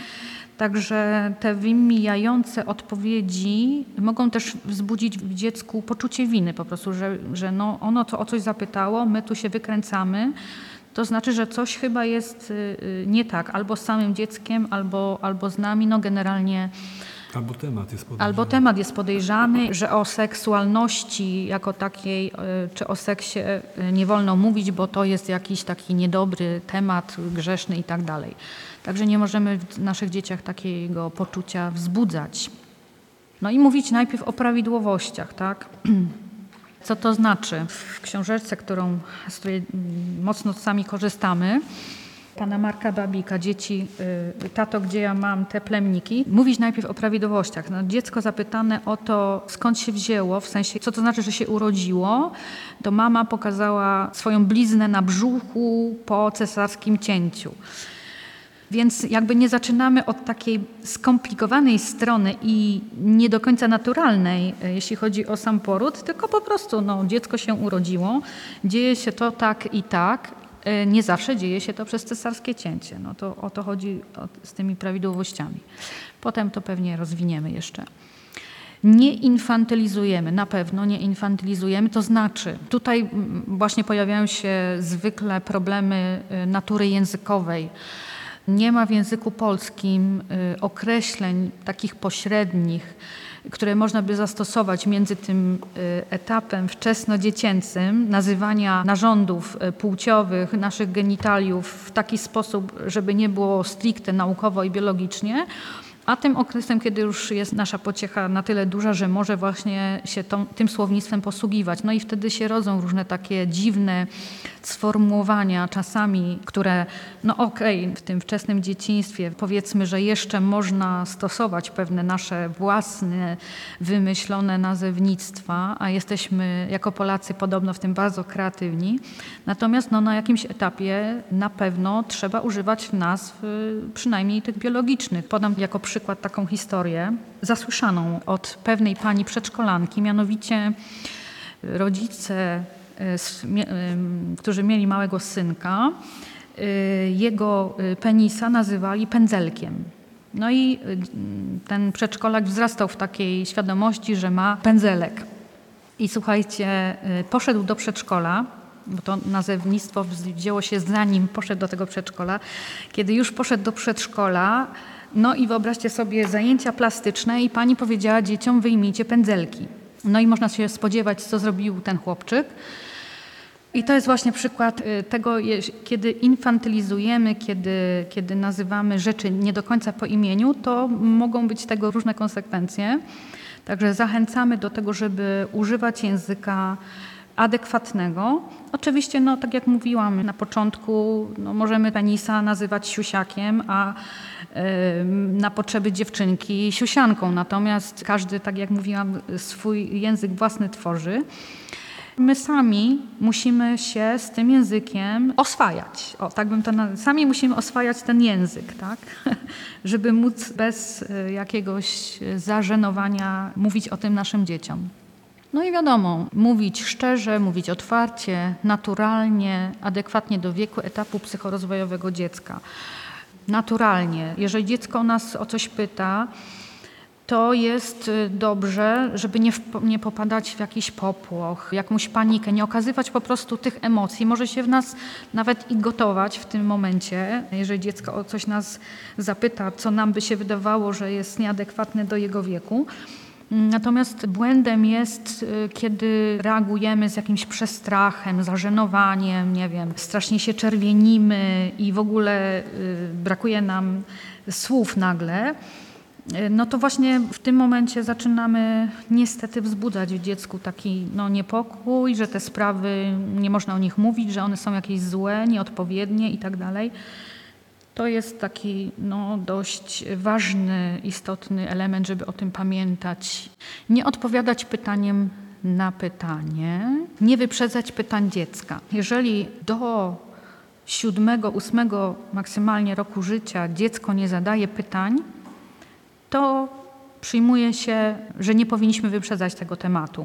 Także te wymijające odpowiedzi mogą też wzbudzić w dziecku poczucie winy po prostu, że, że no ono to o coś zapytało, my tu się wykręcamy. To znaczy, że coś chyba jest nie tak, albo z samym dzieckiem, albo, albo z nami, no generalnie. Albo temat jest podejrzany. Albo temat jest podejrzany, że o seksualności jako takiej, czy o seksie nie wolno mówić, bo to jest jakiś taki niedobry temat, grzeszny i tak dalej. Także nie możemy w naszych dzieciach takiego poczucia wzbudzać. No i mówić najpierw o prawidłowościach, tak? Co to znaczy? W książeczce, którą, z której mocno sami korzystamy, pana Marka Babika, dzieci, y, tato, gdzie ja mam te plemniki, mówić najpierw o prawidłowościach. No, dziecko zapytane o to, skąd się wzięło, w sensie, co to znaczy, że się urodziło, to mama pokazała swoją bliznę na brzuchu po cesarskim cięciu. Więc jakby nie zaczynamy od takiej skomplikowanej strony i nie do końca naturalnej, jeśli chodzi o sam poród, tylko po prostu no, dziecko się urodziło, dzieje się to tak i tak, nie zawsze dzieje się to przez cesarskie cięcie. No to o to chodzi z tymi prawidłowościami. Potem to pewnie rozwiniemy jeszcze. Nie infantylizujemy, na pewno nie infantylizujemy, to znaczy tutaj właśnie pojawiają się zwykle problemy natury językowej. Nie ma w języku polskim y, określeń takich pośrednich, które można by zastosować między tym y, etapem wczesnodziecięcym, nazywania narządów y, płciowych, naszych genitaliów w taki sposób, żeby nie było stricte naukowo i biologicznie, a tym okresem, kiedy już jest nasza pociecha na tyle duża, że może właśnie się tą, tym słownictwem posługiwać. No i wtedy się rodzą różne takie dziwne sformułowania czasami, które, no okej, okay, w tym wczesnym dzieciństwie powiedzmy, że jeszcze można stosować pewne nasze własne, wymyślone nazewnictwa, a jesteśmy jako Polacy podobno w tym bardzo kreatywni. Natomiast no, na jakimś etapie na pewno trzeba używać nazw przynajmniej tych biologicznych. Podam jako przykład taką historię zasłyszaną od pewnej pani przedszkolanki, mianowicie rodzice, którzy mieli małego synka, jego penisa nazywali pędzelkiem. No i ten przedszkolak wzrastał w takiej świadomości, że ma pędzelek. I słuchajcie, poszedł do przedszkola, bo to nazewnictwo wzięło się zanim poszedł do tego przedszkola. Kiedy już poszedł do przedszkola, no i wyobraźcie sobie zajęcia plastyczne i pani powiedziała dzieciom, wyjmijcie pędzelki. No i można się spodziewać, co zrobił ten chłopczyk. I to jest właśnie przykład tego, kiedy infantylizujemy, kiedy, kiedy nazywamy rzeczy nie do końca po imieniu, to mogą być tego różne konsekwencje. Także zachęcamy do tego, żeby używać języka adekwatnego. Oczywiście, no, tak jak mówiłam na początku, no, możemy penisa nazywać siusiakiem, a y, na potrzeby dziewczynki siusianką. Natomiast każdy, tak jak mówiłam, swój język własny tworzy. My sami musimy się z tym językiem oswajać. O, tak bym to nazwał. Sami musimy oswajać ten język, tak? Żeby móc bez jakiegoś zażenowania mówić o tym naszym dzieciom. No i wiadomo, mówić szczerze, mówić otwarcie, naturalnie, adekwatnie do wieku, etapu psychorozwojowego dziecka. Naturalnie. Jeżeli dziecko nas o coś pyta, to jest dobrze, żeby nie, w, nie popadać w jakiś popłoch, jakąś panikę, nie okazywać po prostu tych emocji. Może się w nas nawet i gotować w tym momencie, jeżeli dziecko o coś nas zapyta, co nam by się wydawało, że jest nieadekwatne do jego wieku. Natomiast błędem jest, kiedy reagujemy z jakimś przestrachem, zażenowaniem, nie wiem, strasznie się czerwienimy i w ogóle brakuje nam słów nagle. No to właśnie w tym momencie zaczynamy niestety wzbudzać w dziecku taki no, niepokój, że te sprawy, nie można o nich mówić, że one są jakieś złe, nieodpowiednie i tak dalej. To jest taki no, dość ważny, istotny element, żeby o tym pamiętać. Nie odpowiadać pytaniem na pytanie, nie wyprzedzać pytań dziecka. Jeżeli do siódmego, ósmego maksymalnie roku życia dziecko nie zadaje pytań, to przyjmuje się, że nie powinniśmy wyprzedzać tego tematu.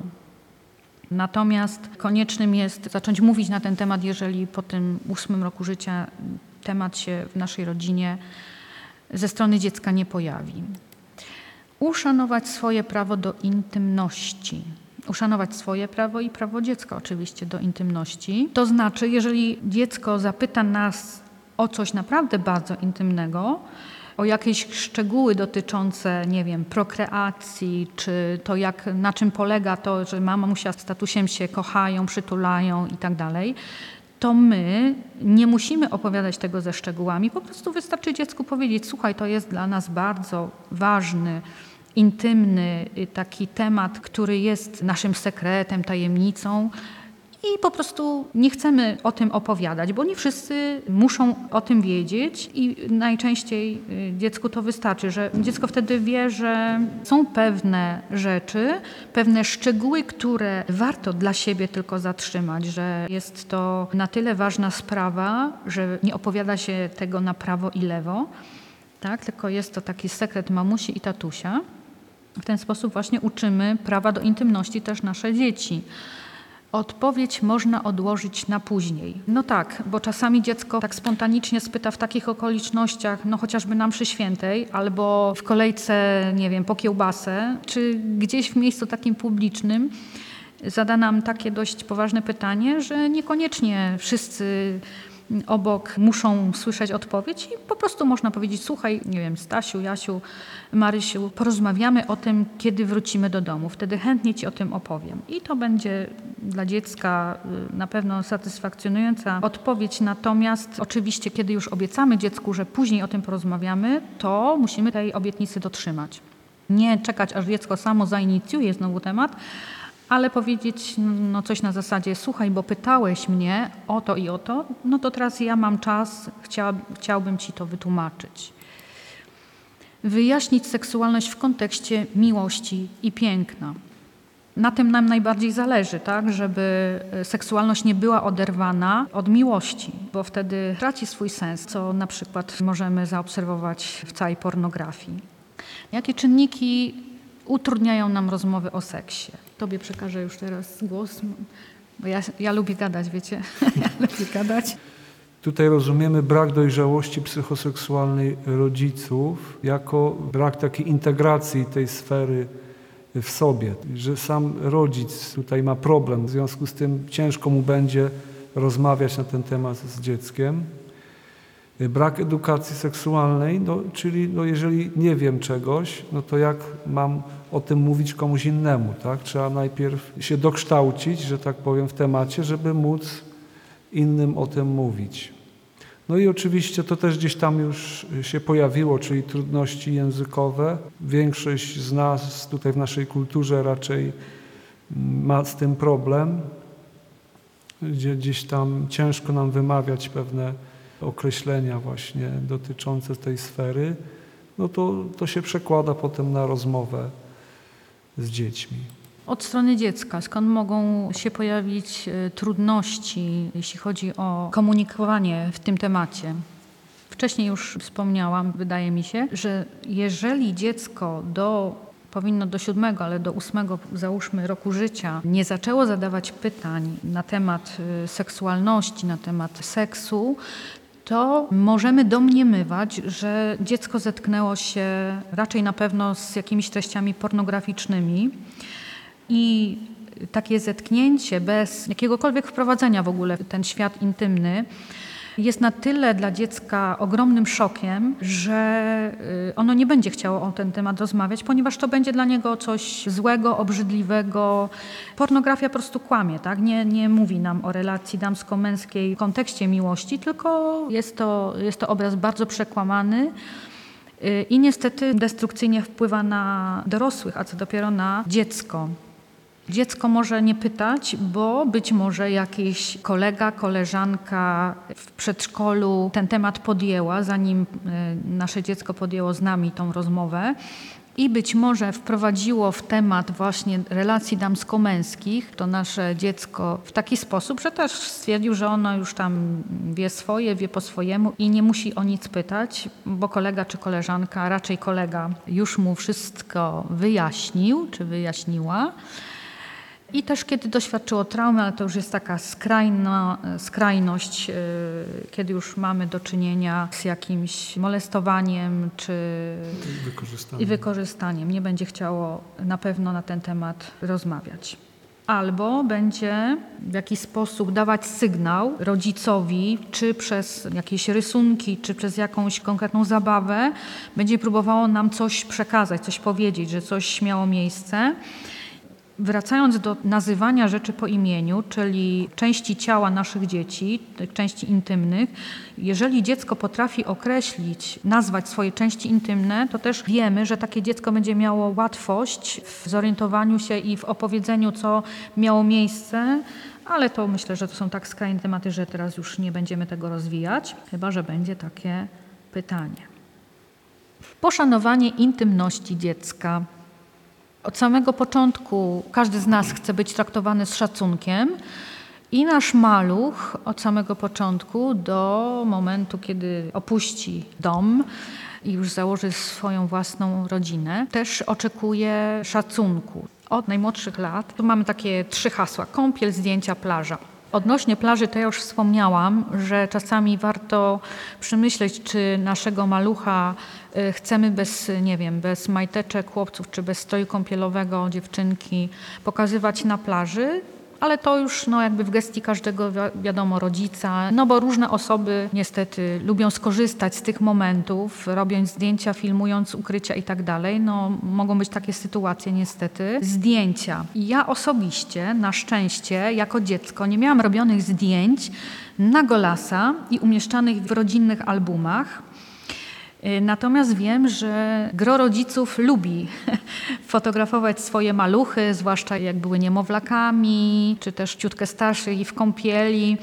Natomiast koniecznym jest zacząć mówić na ten temat, jeżeli po tym ósmym roku życia temat się w naszej rodzinie ze strony dziecka nie pojawi. Uszanować swoje prawo do intymności. Uszanować swoje prawo i prawo dziecka oczywiście do intymności. To znaczy, jeżeli dziecko zapyta nas o coś naprawdę bardzo intymnego, o jakieś szczegóły dotyczące, nie wiem, prokreacji, czy to jak, na czym polega to, że mama musia z tatusiem się kochają, przytulają i tak dalej, to my nie musimy opowiadać tego ze szczegółami. Po prostu wystarczy dziecku powiedzieć, słuchaj, to jest dla nas bardzo ważny, intymny taki temat, który jest naszym sekretem, tajemnicą i po prostu nie chcemy o tym opowiadać, bo nie wszyscy muszą o tym wiedzieć i najczęściej dziecku to wystarczy, że dziecko wtedy wie, że są pewne rzeczy, pewne szczegóły, które warto dla siebie tylko zatrzymać, że jest to na tyle ważna sprawa, że nie opowiada się tego na prawo i lewo, tak? Tylko jest to taki sekret mamusi i tatusia. W ten sposób właśnie uczymy prawa do intymności też nasze dzieci. Odpowiedź można odłożyć na później. No tak, bo czasami dziecko tak spontanicznie spyta w takich okolicznościach, no chociażby na mszy świętej, albo w kolejce, nie wiem, po kiełbasę, czy gdzieś w miejscu takim publicznym zada nam takie dość poważne pytanie, że niekoniecznie wszyscy obok muszą słyszeć odpowiedź i po prostu można powiedzieć, słuchaj, nie wiem, Stasiu, Jasiu, Marysiu, porozmawiamy o tym, kiedy wrócimy do domu. Wtedy chętnie ci o tym opowiem. I to będzie dla dziecka na pewno satysfakcjonująca odpowiedź. Natomiast oczywiście, kiedy już obiecamy dziecku, że później o tym porozmawiamy, to musimy tej obietnicy dotrzymać. Nie czekać, aż dziecko samo zainicjuje znowu temat, ale powiedzieć no coś na zasadzie, słuchaj, bo pytałeś mnie o to i o to, no to teraz ja mam czas, chciała, chciałbym ci to wytłumaczyć. Wyjaśnić seksualność w kontekście miłości i piękna. Na tym nam najbardziej zależy, tak, żeby seksualność nie była oderwana od miłości, bo wtedy traci swój sens, co na przykład możemy zaobserwować w całej pornografii. Jakie czynniki utrudniają nam rozmowy o seksie? Tobie przekażę już teraz głos, bo ja, ja lubię gadać, wiecie, ja lubię gadać. Tutaj rozumiemy brak dojrzałości psychoseksualnej rodziców jako brak takiej integracji tej sfery w sobie, że sam rodzic tutaj ma problem, w związku z tym ciężko mu będzie rozmawiać na ten temat z dzieckiem. Brak edukacji seksualnej, no, czyli no, jeżeli nie wiem czegoś, no to jak mam o tym mówić komuś innemu, tak? Trzeba najpierw się dokształcić, że tak powiem, w temacie, żeby móc innym o tym mówić. No i oczywiście to też gdzieś tam już się pojawiło, czyli trudności językowe. Większość z nas tutaj w naszej kulturze raczej ma z tym problem, gdzie gdzieś tam ciężko nam wymawiać pewne określenia właśnie dotyczące tej sfery, no to, to się przekłada potem na rozmowę z dziećmi. Od strony dziecka, skąd mogą się pojawić trudności, jeśli chodzi o komunikowanie w tym temacie? Wcześniej już wspomniałam, wydaje mi się, że jeżeli dziecko do, powinno do siódmego, ale do ósmego, załóżmy, roku życia nie zaczęło zadawać pytań na temat seksualności, na temat seksu, to możemy domniemywać, że dziecko zetknęło się raczej na pewno z jakimiś treściami pornograficznymi i takie zetknięcie bez jakiegokolwiek wprowadzenia w ogóle w ten świat intymny jest na tyle dla dziecka ogromnym szokiem, że ono nie będzie chciało o ten temat rozmawiać, ponieważ to będzie dla niego coś złego, obrzydliwego. Pornografia po prostu kłamie, tak? Nie, nie mówi nam o relacji damsko-męskiej w kontekście miłości, tylko jest to, jest to obraz bardzo przekłamany i niestety destrukcyjnie wpływa na dorosłych, a co dopiero na dziecko. Dziecko może nie pytać, bo być może jakiś kolega, koleżanka w przedszkolu ten temat podjęła, zanim nasze dziecko podjęło z nami tą rozmowę. I być może wprowadziło w temat właśnie relacji damsko-męskich to nasze dziecko w taki sposób, że też stwierdził, że ono już tam wie swoje, wie po swojemu i nie musi o nic pytać, bo kolega czy koleżanka, a raczej kolega już mu wszystko wyjaśnił czy wyjaśniła. I też kiedy doświadczyło traumy, ale to już jest taka skrajna, skrajność, kiedy już mamy do czynienia z jakimś molestowaniem czy wykorzystaniem. i wykorzystaniem. Nie będzie chciało na pewno na ten temat rozmawiać. Albo będzie w jakiś sposób dawać sygnał rodzicowi, czy przez jakieś rysunki, czy przez jakąś konkretną zabawę, będzie próbowało nam coś przekazać, coś powiedzieć, że coś miało miejsce. Wracając do nazywania rzeczy po imieniu, czyli części ciała naszych dzieci, tych części intymnych, jeżeli dziecko potrafi określić, nazwać swoje części intymne, to też wiemy, że takie dziecko będzie miało łatwość w zorientowaniu się i w opowiedzeniu, co miało miejsce, ale to myślę, że to są tak skrajne tematy, że teraz już nie będziemy tego rozwijać, chyba że będzie takie pytanie. Poszanowanie intymności dziecka. Od samego początku każdy z nas chce być traktowany z szacunkiem i nasz maluch od samego początku do momentu, kiedy opuści dom i już założy swoją własną rodzinę, też oczekuje szacunku. Od najmłodszych lat tu mamy takie trzy hasła: kąpiel, zdjęcia, plaża. Odnośnie plaży to ja już wspomniałam, że czasami warto przemyśleć, czy naszego malucha chcemy bez, nie wiem, bez majteczek chłopców, czy bez stroju kąpielowego dziewczynki pokazywać na plaży, ale to już no, jakby w gestii każdego, wiadomo, rodzica, no bo różne osoby niestety lubią skorzystać z tych momentów, robiąc zdjęcia, filmując ukrycia i tak dalej. No mogą być takie sytuacje niestety. Zdjęcia. Ja osobiście, na szczęście, jako dziecko nie miałam robionych zdjęć na golasa i umieszczanych w rodzinnych albumach. Natomiast wiem, że gro rodziców lubi fotografować swoje maluchy, zwłaszcza jak były niemowlakami, czy też ciutkę starsze i w kąpieli.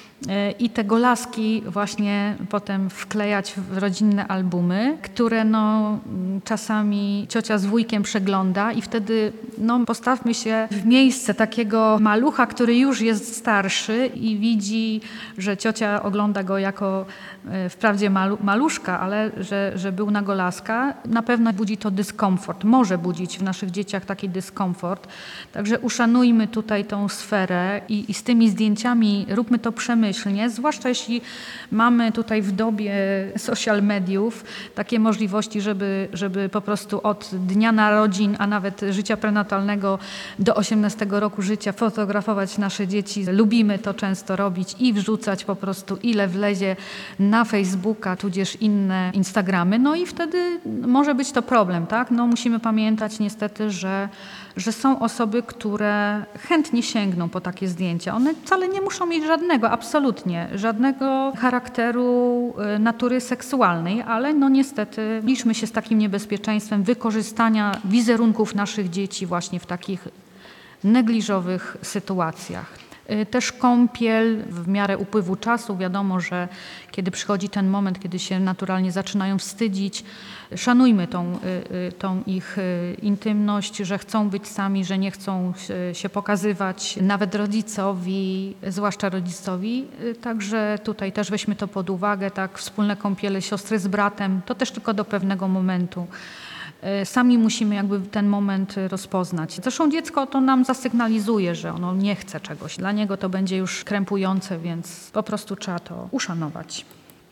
I te golaski właśnie potem wklejać w rodzinne albumy, które no, czasami ciocia z wujkiem przegląda i wtedy no, postawmy się w miejsce takiego malucha, który już jest starszy i widzi, że ciocia ogląda go jako wprawdzie malu, maluszka, ale że, że był na golaska. Na pewno budzi to dyskomfort, może budzić w naszych dzieciach taki dyskomfort. Także uszanujmy tutaj tą sferę i, i z tymi zdjęciami róbmy to przemyślnie. Zwłaszcza jeśli mamy tutaj w dobie social mediów takie możliwości, żeby, żeby po prostu od dnia narodzin, a nawet życia prenatalnego do osiemnastego roku życia fotografować nasze dzieci. Lubimy to często robić i wrzucać po prostu ile wlezie na Facebooka, tudzież inne Instagramy. No i wtedy może być to problem, tak? No musimy pamiętać niestety, że że są osoby, które chętnie sięgną po takie zdjęcia. One wcale nie muszą mieć żadnego, absolutnie, żadnego charakteru natury seksualnej, ale no niestety liczmy się z takim niebezpieczeństwem wykorzystania wizerunków naszych dzieci właśnie w takich negliżowych sytuacjach. Też kąpiel w miarę upływu czasu. Wiadomo, że kiedy przychodzi ten moment, kiedy się naturalnie zaczynają wstydzić, szanujmy tą, tą ich intymność, że chcą być sami, że nie chcą się pokazywać nawet rodzicowi, zwłaszcza rodzicowi. Także tutaj też weźmy to pod uwagę, tak, wspólne kąpiele siostry z bratem, to też tylko do pewnego momentu. Sami musimy jakby ten moment rozpoznać. Zresztą dziecko to nam zasygnalizuje, że ono nie chce czegoś. Dla niego to będzie już krępujące, więc po prostu trzeba to uszanować.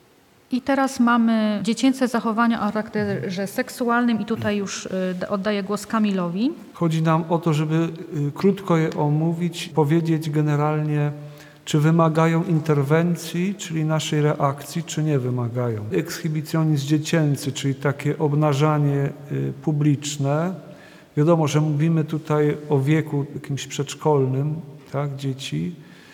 I teraz mamy dziecięce zachowania o charakterze seksualnym i tutaj już oddaję głos Kamilowi. Chodzi nam o to, żeby krótko je omówić, powiedzieć generalnie, czy wymagają interwencji, czyli naszej reakcji, czy nie wymagają. Ekshibicjonizm dziecięcy, czyli takie obnażanie publiczne. Wiadomo, że mówimy tutaj o wieku jakimś przedszkolnym, tak, dzieci.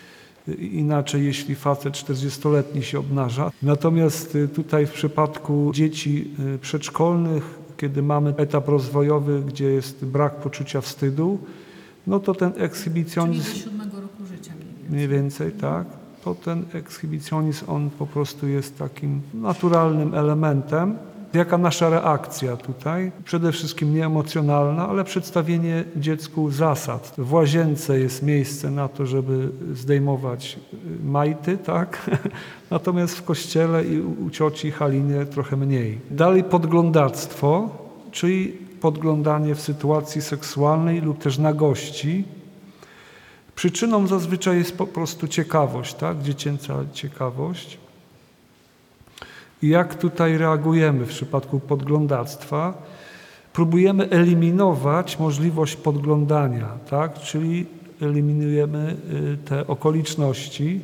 Inaczej, jeśli facet czterdziestoletni się obnaża. Natomiast tutaj w przypadku dzieci przedszkolnych, kiedy mamy etap rozwojowy, gdzie jest brak poczucia wstydu, no to ten Czyli ekshibicjonizm... do siódmego roku życia mniej więcej. Mniej więcej, tak. To ten ekshibicjonizm, on po prostu jest takim naturalnym elementem. Jaka nasza reakcja tutaj? Przede wszystkim nie emocjonalna, ale przedstawienie dziecku zasad. W łazience jest miejsce na to, żeby zdejmować majty, tak? Natomiast w kościele i u cioci Haliny trochę mniej. Dalej podglądactwo, czyli podglądanie w sytuacji seksualnej lub też nagości. Przyczyną zazwyczaj jest po prostu ciekawość, tak? Dziecięca ciekawość. I jak tutaj reagujemy w przypadku podglądactwa? Próbujemy eliminować możliwość podglądania, tak? Czyli eliminujemy te okoliczności.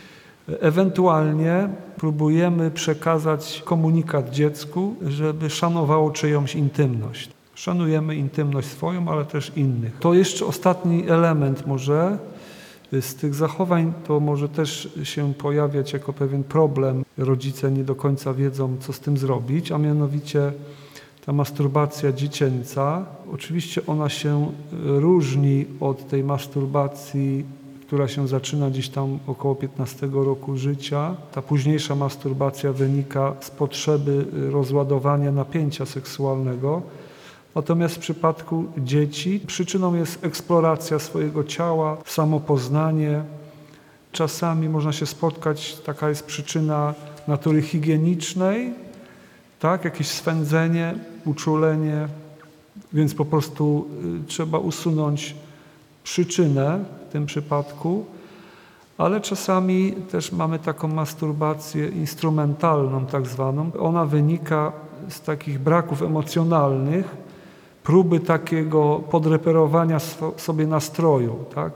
Ewentualnie próbujemy przekazać komunikat dziecku, żeby szanowało czyjąś intymność. Szanujemy intymność swoją, ale też innych. To jeszcze ostatni element może z tych zachowań, to może też się pojawiać jako pewien problem. Rodzice nie do końca wiedzą, co z tym zrobić, a mianowicie ta masturbacja dziecięca. Oczywiście ona się różni od tej masturbacji, która się zaczyna gdzieś tam około piętnastego roku życia. Ta późniejsza masturbacja wynika z potrzeby rozładowania napięcia seksualnego. Natomiast w przypadku dzieci przyczyną jest eksploracja swojego ciała, samopoznanie. Czasami można się spotkać, taka jest przyczyna natury higienicznej, tak, jakieś swędzenie, uczulenie, więc po prostu y, trzeba usunąć przyczynę w tym przypadku, ale czasami też mamy taką masturbację instrumentalną tak zwaną. Ona wynika z takich braków emocjonalnych, próby takiego podreperowania sobie nastroju, tak?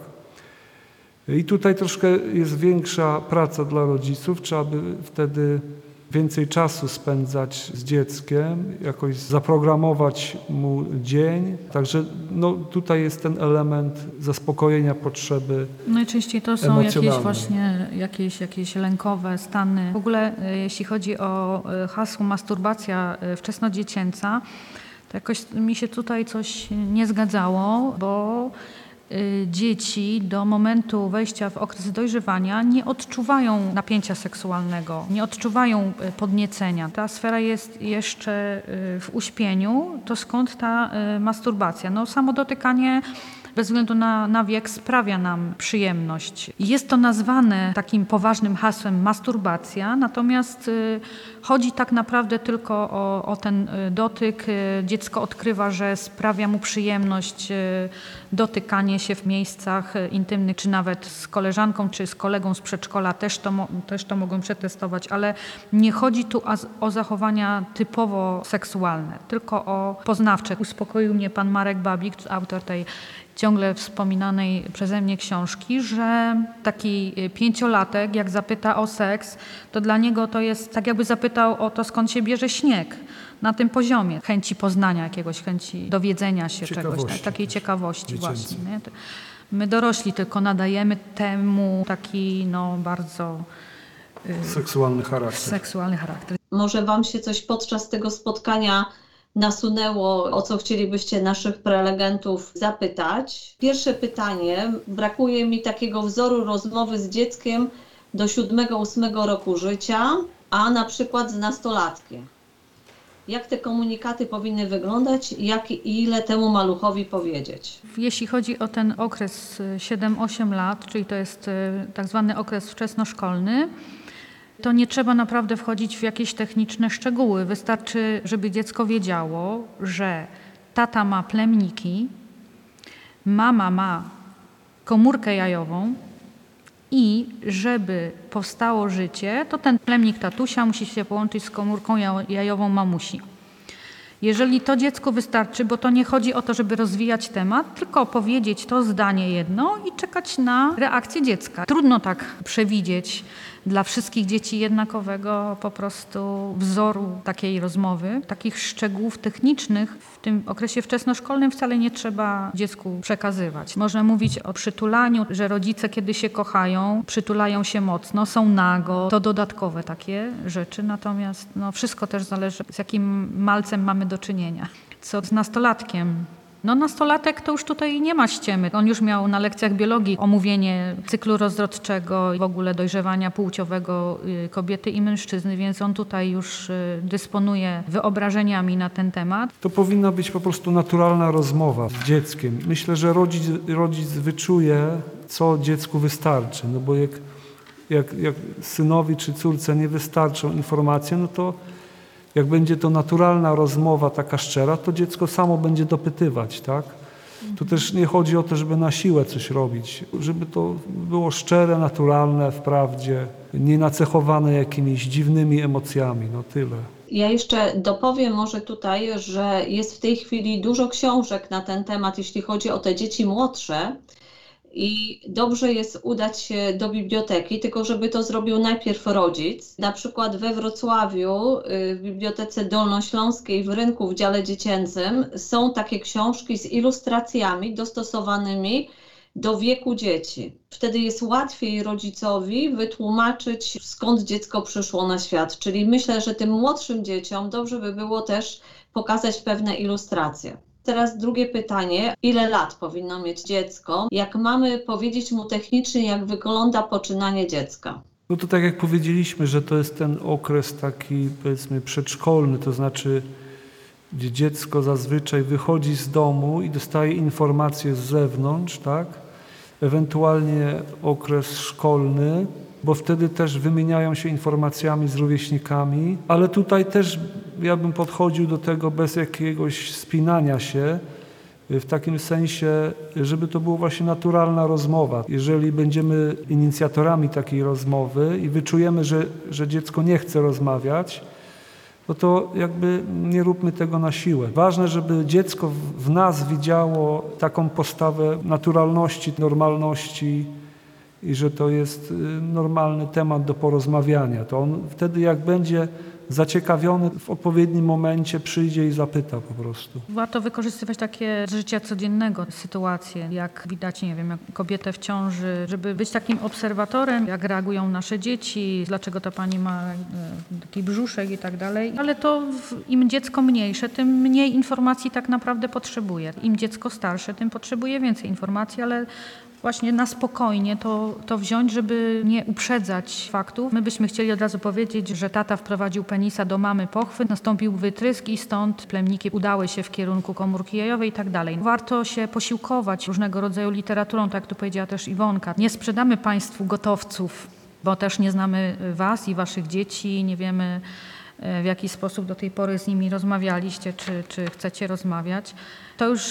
I tutaj troszkę jest większa praca dla rodziców, trzeba by wtedy więcej czasu spędzać z dzieckiem, jakoś zaprogramować mu dzień. Także no, tutaj jest ten element zaspokojenia potrzeby Najczęściej to są jakieś emocjonalnej. właśnie jakieś, jakieś lękowe stany. W ogóle e, jeśli chodzi o e, hasło masturbacja e, wczesnodziecięca, to jakoś mi się tutaj coś nie zgadzało, bo y, dzieci do momentu wejścia w okres dojrzewania nie odczuwają napięcia seksualnego, nie odczuwają y, podniecenia. Ta sfera jest jeszcze y, w uśpieniu, to skąd ta y, masturbacja? No samo dotykanie bez względu na, na wiek sprawia nam przyjemność. Jest to nazwane takim poważnym hasłem masturbacja, natomiast y, chodzi tak naprawdę tylko o, o ten y, dotyk. Y, dziecko odkrywa, że sprawia mu przyjemność y, dotykanie się w miejscach y, intymnych, czy nawet z koleżanką, czy z kolegą z przedszkola też to, mo- też to mogą przetestować, ale nie chodzi tu o, o zachowania typowo seksualne, tylko o poznawcze. Uspokoił mnie pan Marek Babik, autor tej ciągle wspominanej przeze mnie książki, że taki pięciolatek, jak zapyta o seks, to dla niego to jest tak, jakby zapytał o to, skąd się bierze śnieg. Na tym poziomie chęci poznania jakiegoś, chęci dowiedzenia się Ciekawości czegoś, takiej też, ciekawości dziecięcej. właśnie. Nie? My dorośli tylko nadajemy temu taki no, bardzo y, seksualny charakter. seksualny charakter. Może Wam się coś podczas tego spotkania nasunęło, o co chcielibyście naszych prelegentów zapytać. Pierwsze pytanie. Brakuje mi takiego wzoru rozmowy z dzieckiem do siódmego, ósmego roku życia, a na przykład z nastolatkiem. Jak te komunikaty powinny wyglądać? Jak i ile temu maluchowi powiedzieć? Jeśli chodzi o ten okres siedem osiem lat, czyli to jest tak zwany okres wczesnoszkolny, to nie trzeba naprawdę wchodzić w jakieś techniczne szczegóły. Wystarczy, żeby dziecko wiedziało, że tata ma plemniki, mama ma komórkę jajową i żeby powstało życie, to ten plemnik tatusia musi się połączyć z komórką jajową mamusi. Jeżeli to dziecku wystarczy, bo to nie chodzi o to, żeby rozwijać temat, tylko powiedzieć to zdanie jedno i czekać na reakcję dziecka. Trudno tak przewidzieć dla wszystkich dzieci jednakowego po prostu wzoru takiej rozmowy. Takich szczegółów technicznych w tym okresie wczesnoszkolnym wcale nie trzeba dziecku przekazywać. Można mówić o przytulaniu, że rodzice, kiedy się kochają, przytulają się mocno, są nago. To dodatkowe takie rzeczy, natomiast no, wszystko też zależy, z jakim malcem mamy do czynienia. Co z nastolatkiem? No nastolatek to już tutaj nie ma ściemy. On już miał na lekcjach biologii omówienie cyklu rozrodczego i w ogóle dojrzewania płciowego kobiety i mężczyzny, więc on tutaj już dysponuje wyobrażeniami na ten temat. To powinna być po prostu naturalna rozmowa z dzieckiem. Myślę, że rodzic, rodzic wyczuje, co dziecku wystarczy, no bo jak, jak, jak synowi czy córce nie wystarczą informacje, no to jak będzie to naturalna rozmowa, taka szczera, to dziecko samo będzie dopytywać, tak? Tu też nie chodzi o to, żeby na siłę coś robić, żeby to było szczere, naturalne, wprawdzie, nie nacechowane jakimiś dziwnymi emocjami, no tyle. Ja jeszcze dopowiem może tutaj, że jest w tej chwili dużo książek na ten temat, jeśli chodzi o te dzieci młodsze. I dobrze jest udać się do biblioteki, tylko żeby to zrobił najpierw rodzic. Na przykład we Wrocławiu, w Bibliotece Dolnośląskiej w Rynku w dziale dziecięcym są takie książki z ilustracjami dostosowanymi do wieku dzieci. Wtedy jest łatwiej rodzicowi wytłumaczyć, skąd dziecko przyszło na świat. Czyli myślę, że tym młodszym dzieciom dobrze by było też pokazać pewne ilustracje. Teraz drugie pytanie, ile lat powinno mieć dziecko? Jak mamy powiedzieć mu technicznie, jak wygląda poczynanie dziecka? No to tak jak powiedzieliśmy, że to jest ten okres taki, powiedzmy, przedszkolny, to znaczy, gdzie dziecko zazwyczaj wychodzi z domu i dostaje informacje z zewnątrz, tak? Ewentualnie okres szkolny, bo wtedy też wymieniają się informacjami z rówieśnikami, ale tutaj też ja bym podchodził do tego bez jakiegoś spinania się, w takim sensie, żeby to była właśnie naturalna rozmowa. Jeżeli będziemy inicjatorami takiej rozmowy i wyczujemy, że, że dziecko nie chce rozmawiać, no to jakby nie róbmy tego na siłę. Ważne, żeby dziecko w nas widziało taką postawę naturalności, normalności, i że to jest normalny temat do porozmawiania. To on wtedy, jak będzie zaciekawiony, w odpowiednim momencie przyjdzie i zapyta po prostu. Warto wykorzystywać takie z życia codziennego sytuacje, jak widać, nie wiem, jak kobietę w ciąży, żeby być takim obserwatorem, jak reagują nasze dzieci, dlaczego ta pani ma taki brzuszek i tak dalej. Ale to im dziecko mniejsze, tym mniej informacji tak naprawdę potrzebuje. Im dziecko starsze, tym potrzebuje więcej informacji, ale właśnie na spokojnie to, to wziąć, żeby nie uprzedzać faktów. My byśmy chcieli od razu powiedzieć, że tata wprowadził penisa do mamy pochwy, nastąpił wytrysk i stąd plemniki udały się w kierunku komórki jajowej i tak dalej. Warto się posiłkować różnego rodzaju literaturą, tak jak tu powiedziała też Iwonka. Nie sprzedamy Państwu gotowców, bo też nie znamy Was i Waszych dzieci, nie wiemy, w jaki sposób do tej pory z nimi rozmawialiście, czy, czy chcecie rozmawiać. To już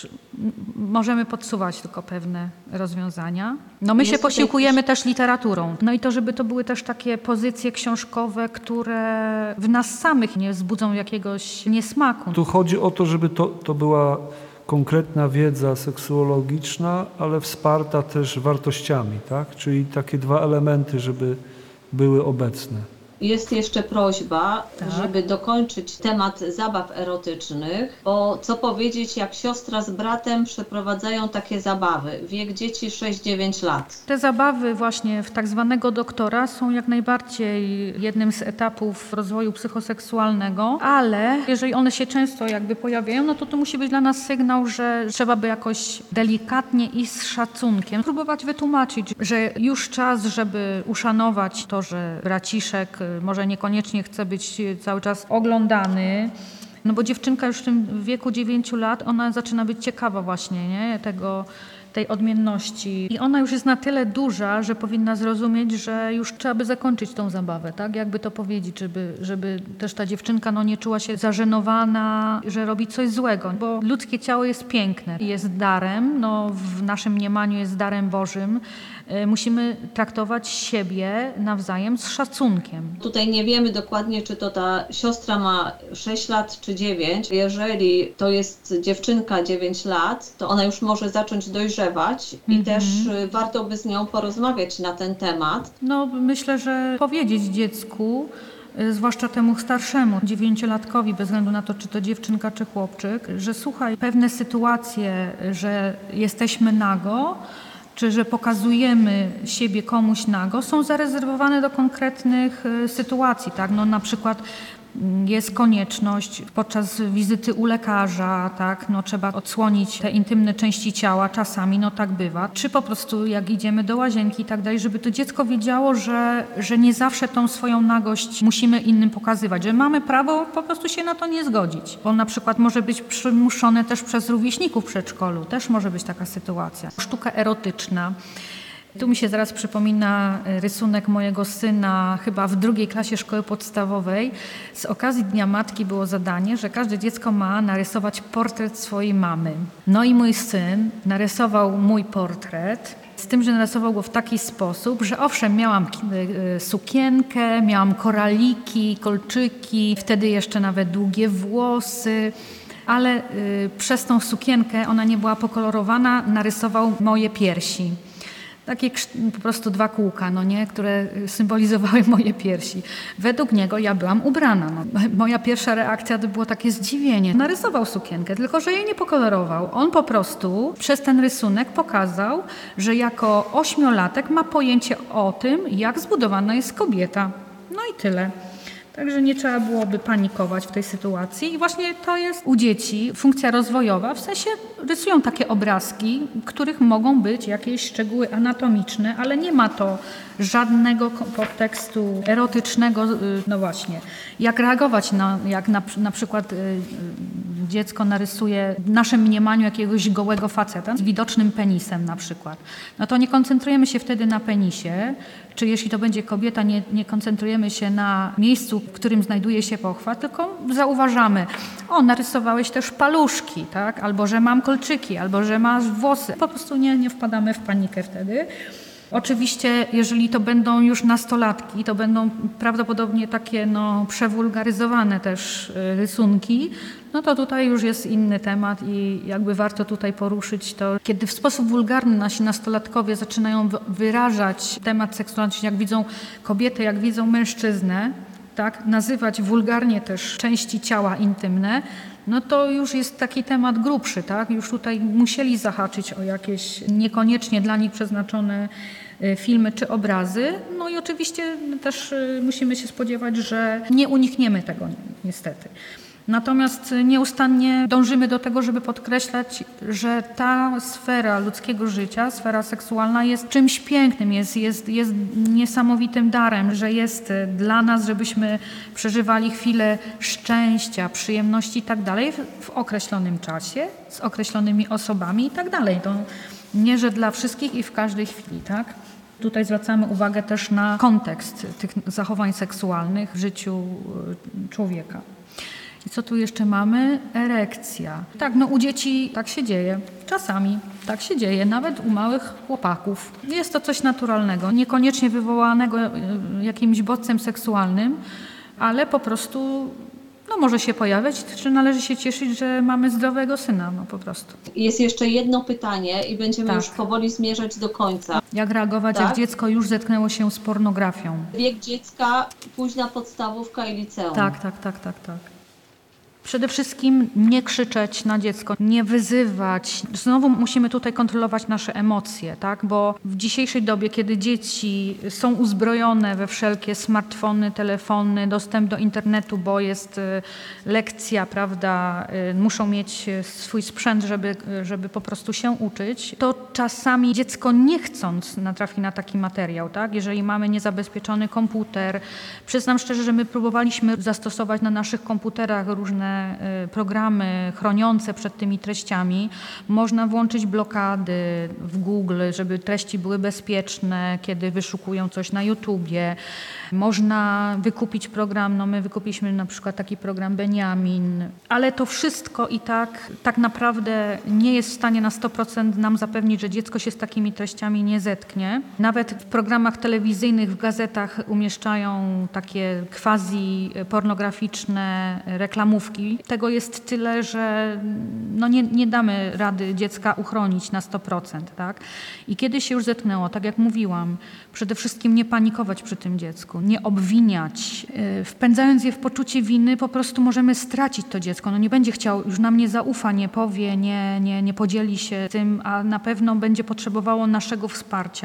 możemy podsuwać tylko pewne rozwiązania. No my Jest się posiłkujemy tutaj... też literaturą. No i to, żeby to były też takie pozycje książkowe, które w nas samych nie wzbudzą jakiegoś niesmaku. Tu chodzi o to, żeby to, to była konkretna wiedza seksuologiczna, ale wsparta też wartościami, tak? Czyli takie dwa elementy, żeby były obecne. Jest jeszcze prośba, Tak. żeby dokończyć temat zabaw erotycznych, bo co powiedzieć, jak siostra z bratem przeprowadzają takie zabawy, wiek dzieci sześć dziewięć lat. Te zabawy właśnie w tak zwanego doktora są jak najbardziej jednym z etapów rozwoju psychoseksualnego, ale jeżeli one się często jakby pojawiają, no to to musi być dla nas sygnał, że trzeba by jakoś delikatnie i z szacunkiem próbować wytłumaczyć, że już czas, żeby uszanować to, że braciszek może niekoniecznie chce być cały czas oglądany, no bo dziewczynka już w tym wieku dziewięciu lat, ona zaczyna być ciekawa właśnie, nie? Tego, tej odmienności. I ona już jest na tyle duża, że powinna zrozumieć, że już trzeba by zakończyć tą zabawę, tak? Jakby to powiedzieć, żeby, żeby też ta dziewczynka no, nie czuła się zażenowana, że robi coś złego, bo ludzkie ciało jest piękne, jest darem, no, w naszym mniemaniu jest darem Bożym. Musimy traktować siebie nawzajem z szacunkiem. Tutaj nie wiemy dokładnie, czy to ta siostra ma sześć lat czy dziewięć. Jeżeli to jest dziewczynka dziewięć lat, to ona już może zacząć dojrzewać i Mhm. też warto by z nią porozmawiać na ten temat. No myślę, że powiedzieć dziecku, zwłaszcza temu starszemu, dziewięciolatkowi, bez względu na to, czy to dziewczynka, czy chłopczyk, że słuchaj, pewne sytuacje, że jesteśmy nago, czy że pokazujemy siebie komuś nago, są zarezerwowane do konkretnych sytuacji, tak? No na przykład jest konieczność podczas wizyty u lekarza, tak, no trzeba odsłonić te intymne części ciała, czasami, no tak bywa, czy po prostu jak idziemy do łazienki i tak dalej, żeby to dziecko wiedziało, że, że nie zawsze tą swoją nagość musimy innym pokazywać, że mamy prawo po prostu się na to nie zgodzić. Bo na przykład może być przymuszone też przez rówieśników w przedszkolu, też może być taka sytuacja. Sztuka erotyczna. Tu mi się zaraz przypomina rysunek mojego syna chyba w drugiej klasie szkoły podstawowej. Z okazji Dnia Matki było zadanie, że każde dziecko ma narysować portret swojej mamy. No i mój syn narysował mój portret, z tym, że narysował go w taki sposób, że owszem, miałam sukienkę, miałam koraliki, kolczyki, wtedy jeszcze nawet długie włosy, ale y, przez tą sukienkę, ona nie była pokolorowana, narysował moje piersi. Takie po prostu dwa kółka, no nie, które symbolizowały moje piersi. Według niego ja byłam ubrana. No. Moja pierwsza reakcja to było takie zdziwienie. Narysował sukienkę, tylko że jej nie pokolorował. On po prostu przez ten rysunek pokazał, że jako ośmiolatek ma pojęcie o tym, jak zbudowana jest kobieta. No i tyle. Także nie trzeba byłoby panikować w tej sytuacji. I właśnie to jest u dzieci funkcja rozwojowa, w sensie rysują takie obrazki, w których mogą być jakieś szczegóły anatomiczne, ale nie ma to żadnego podtekstu erotycznego. No właśnie, jak reagować na, jak na, na przykład dziecko narysuje w naszym mniemaniu jakiegoś gołego faceta z widocznym penisem na przykład. No to nie koncentrujemy się wtedy na penisie, czy jeśli to będzie kobieta, nie, nie koncentrujemy się na miejscu, w którym znajduje się pochwa, tylko zauważamy, o, narysowałeś też paluszki, tak? Albo że mam kolczyki, albo że masz włosy. Po prostu nie, nie wpadamy w panikę wtedy. Oczywiście, jeżeli to będą już nastolatki, to będą prawdopodobnie takie no, przewulgaryzowane też rysunki, no to tutaj już jest inny temat i jakby warto tutaj poruszyć to, kiedy w sposób wulgarny nasi nastolatkowie zaczynają wyrażać temat seksualności, jak widzą kobietę, jak widzą mężczyznę, tak, nazywać wulgarnie też części ciała intymne, no to już jest taki temat grubszy, tak? Już tutaj musieli zahaczyć o jakieś niekoniecznie dla nich przeznaczone filmy czy obrazy. No i oczywiście też musimy się spodziewać, że nie unikniemy tego niestety. Natomiast nieustannie dążymy do tego, żeby podkreślać, że ta sfera ludzkiego życia, sfera seksualna jest czymś pięknym, jest, jest, jest niesamowitym darem, że jest dla nas, żebyśmy przeżywali chwilę szczęścia, przyjemności i tak dalej w określonym czasie, z określonymi osobami i tak dalej. To nie, że dla wszystkich i w każdej chwili, tak? Tutaj zwracamy uwagę też na kontekst tych zachowań seksualnych w życiu człowieka. I co tu jeszcze mamy? Erekcja. Tak, no u dzieci tak się dzieje. Czasami tak się dzieje, nawet u małych chłopaków. Jest to coś naturalnego, niekoniecznie wywołanego jakimś bodźcem seksualnym, ale po prostu no, może się pojawiać, czy należy się cieszyć, że mamy zdrowego syna, no po prostu. Jest jeszcze jedno pytanie i będziemy tak. już powoli zmierzać do końca. Jak reagować, tak? jak dziecko już zetknęło się z pornografią? Wiek dziecka, późna podstawówka i liceum. Tak, tak, tak, tak, tak. Przede wszystkim nie krzyczeć na dziecko, nie wyzywać. Znowu musimy tutaj kontrolować nasze emocje, tak? Bo w dzisiejszej dobie, kiedy dzieci są uzbrojone we wszelkie smartfony, telefony, dostęp do internetu, bo jest lekcja, prawda, muszą mieć swój sprzęt, żeby, żeby po prostu się uczyć, to czasami dziecko nie chcąc natrafi na taki materiał, tak? Jeżeli mamy niezabezpieczony komputer. Przyznam szczerze, że my próbowaliśmy zastosować na naszych komputerach różne programy chroniące przed tymi treściami. Można włączyć blokady w Google, żeby treści były bezpieczne, kiedy wyszukują coś na YouTubie. Można wykupić program, no my wykupiliśmy na przykład taki program Beniamin, ale to wszystko i tak tak naprawdę nie jest w stanie na sto procent nam zapewnić, że dziecko się z takimi treściami nie zetknie. Nawet w programach telewizyjnych, w gazetach umieszczają takie quasi pornograficzne reklamówki. Tego jest tyle, że no nie, nie damy rady dziecka uchronić na sto procent. Tak? I kiedy się już zetknęło, tak jak mówiłam, przede wszystkim nie panikować przy tym dziecku, nie obwiniać. Wpędzając je w poczucie winy, po prostu możemy stracić to dziecko. No nie będzie chciał, już nam nie zaufa, nie powie, nie, nie, nie podzieli się tym, a na pewno będzie potrzebowało naszego wsparcia.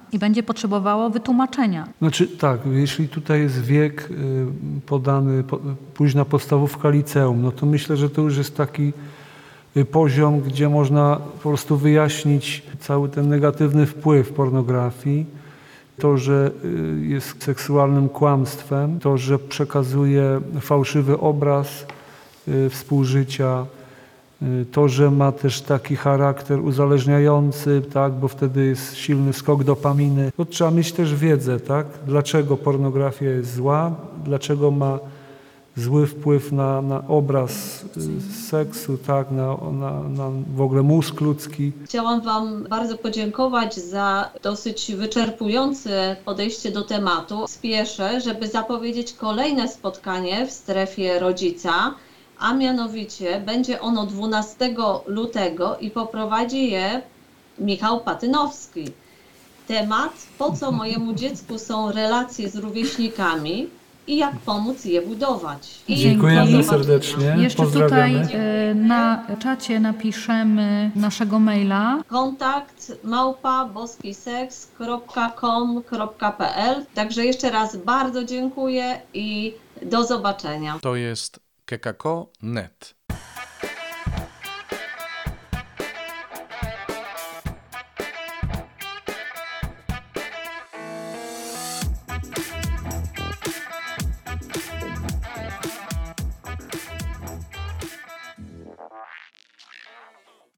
i będzie potrzebowało wytłumaczenia. Znaczy tak, jeśli tutaj jest wiek y, podany, po, późna podstawówka, liceum, no to myślę, że to już jest taki y, poziom, gdzie można po prostu wyjaśnić cały ten negatywny wpływ pornografii. To, że y, jest seksualnym kłamstwem, to, że przekazuje fałszywy obraz y, współżycia, to, że ma też taki charakter uzależniający, tak, bo wtedy jest silny skok dopaminy. To trzeba mieć też wiedzę, tak, dlaczego pornografia jest zła, dlaczego ma zły wpływ na, na obraz seksu, tak, na, na, na w ogóle mózg ludzki. Chciałam Wam bardzo podziękować za dosyć wyczerpujące podejście do tematu. Spieszę, żeby zapowiedzieć kolejne spotkanie w strefie rodzica, a mianowicie będzie ono dwunastego lutego i poprowadzi je Michał Patynowski. Temat: po co mojemu dziecku są relacje z rówieśnikami i jak pomóc je budować. I Dziękujemy do serdecznie. Jeszcze Pozdrawiamy. tutaj y, na czacie napiszemy naszego maila. Kontakt małpa boskiseks kropka com kropka p l. Także jeszcze raz bardzo dziękuję i do zobaczenia. To jest kekako kropka net.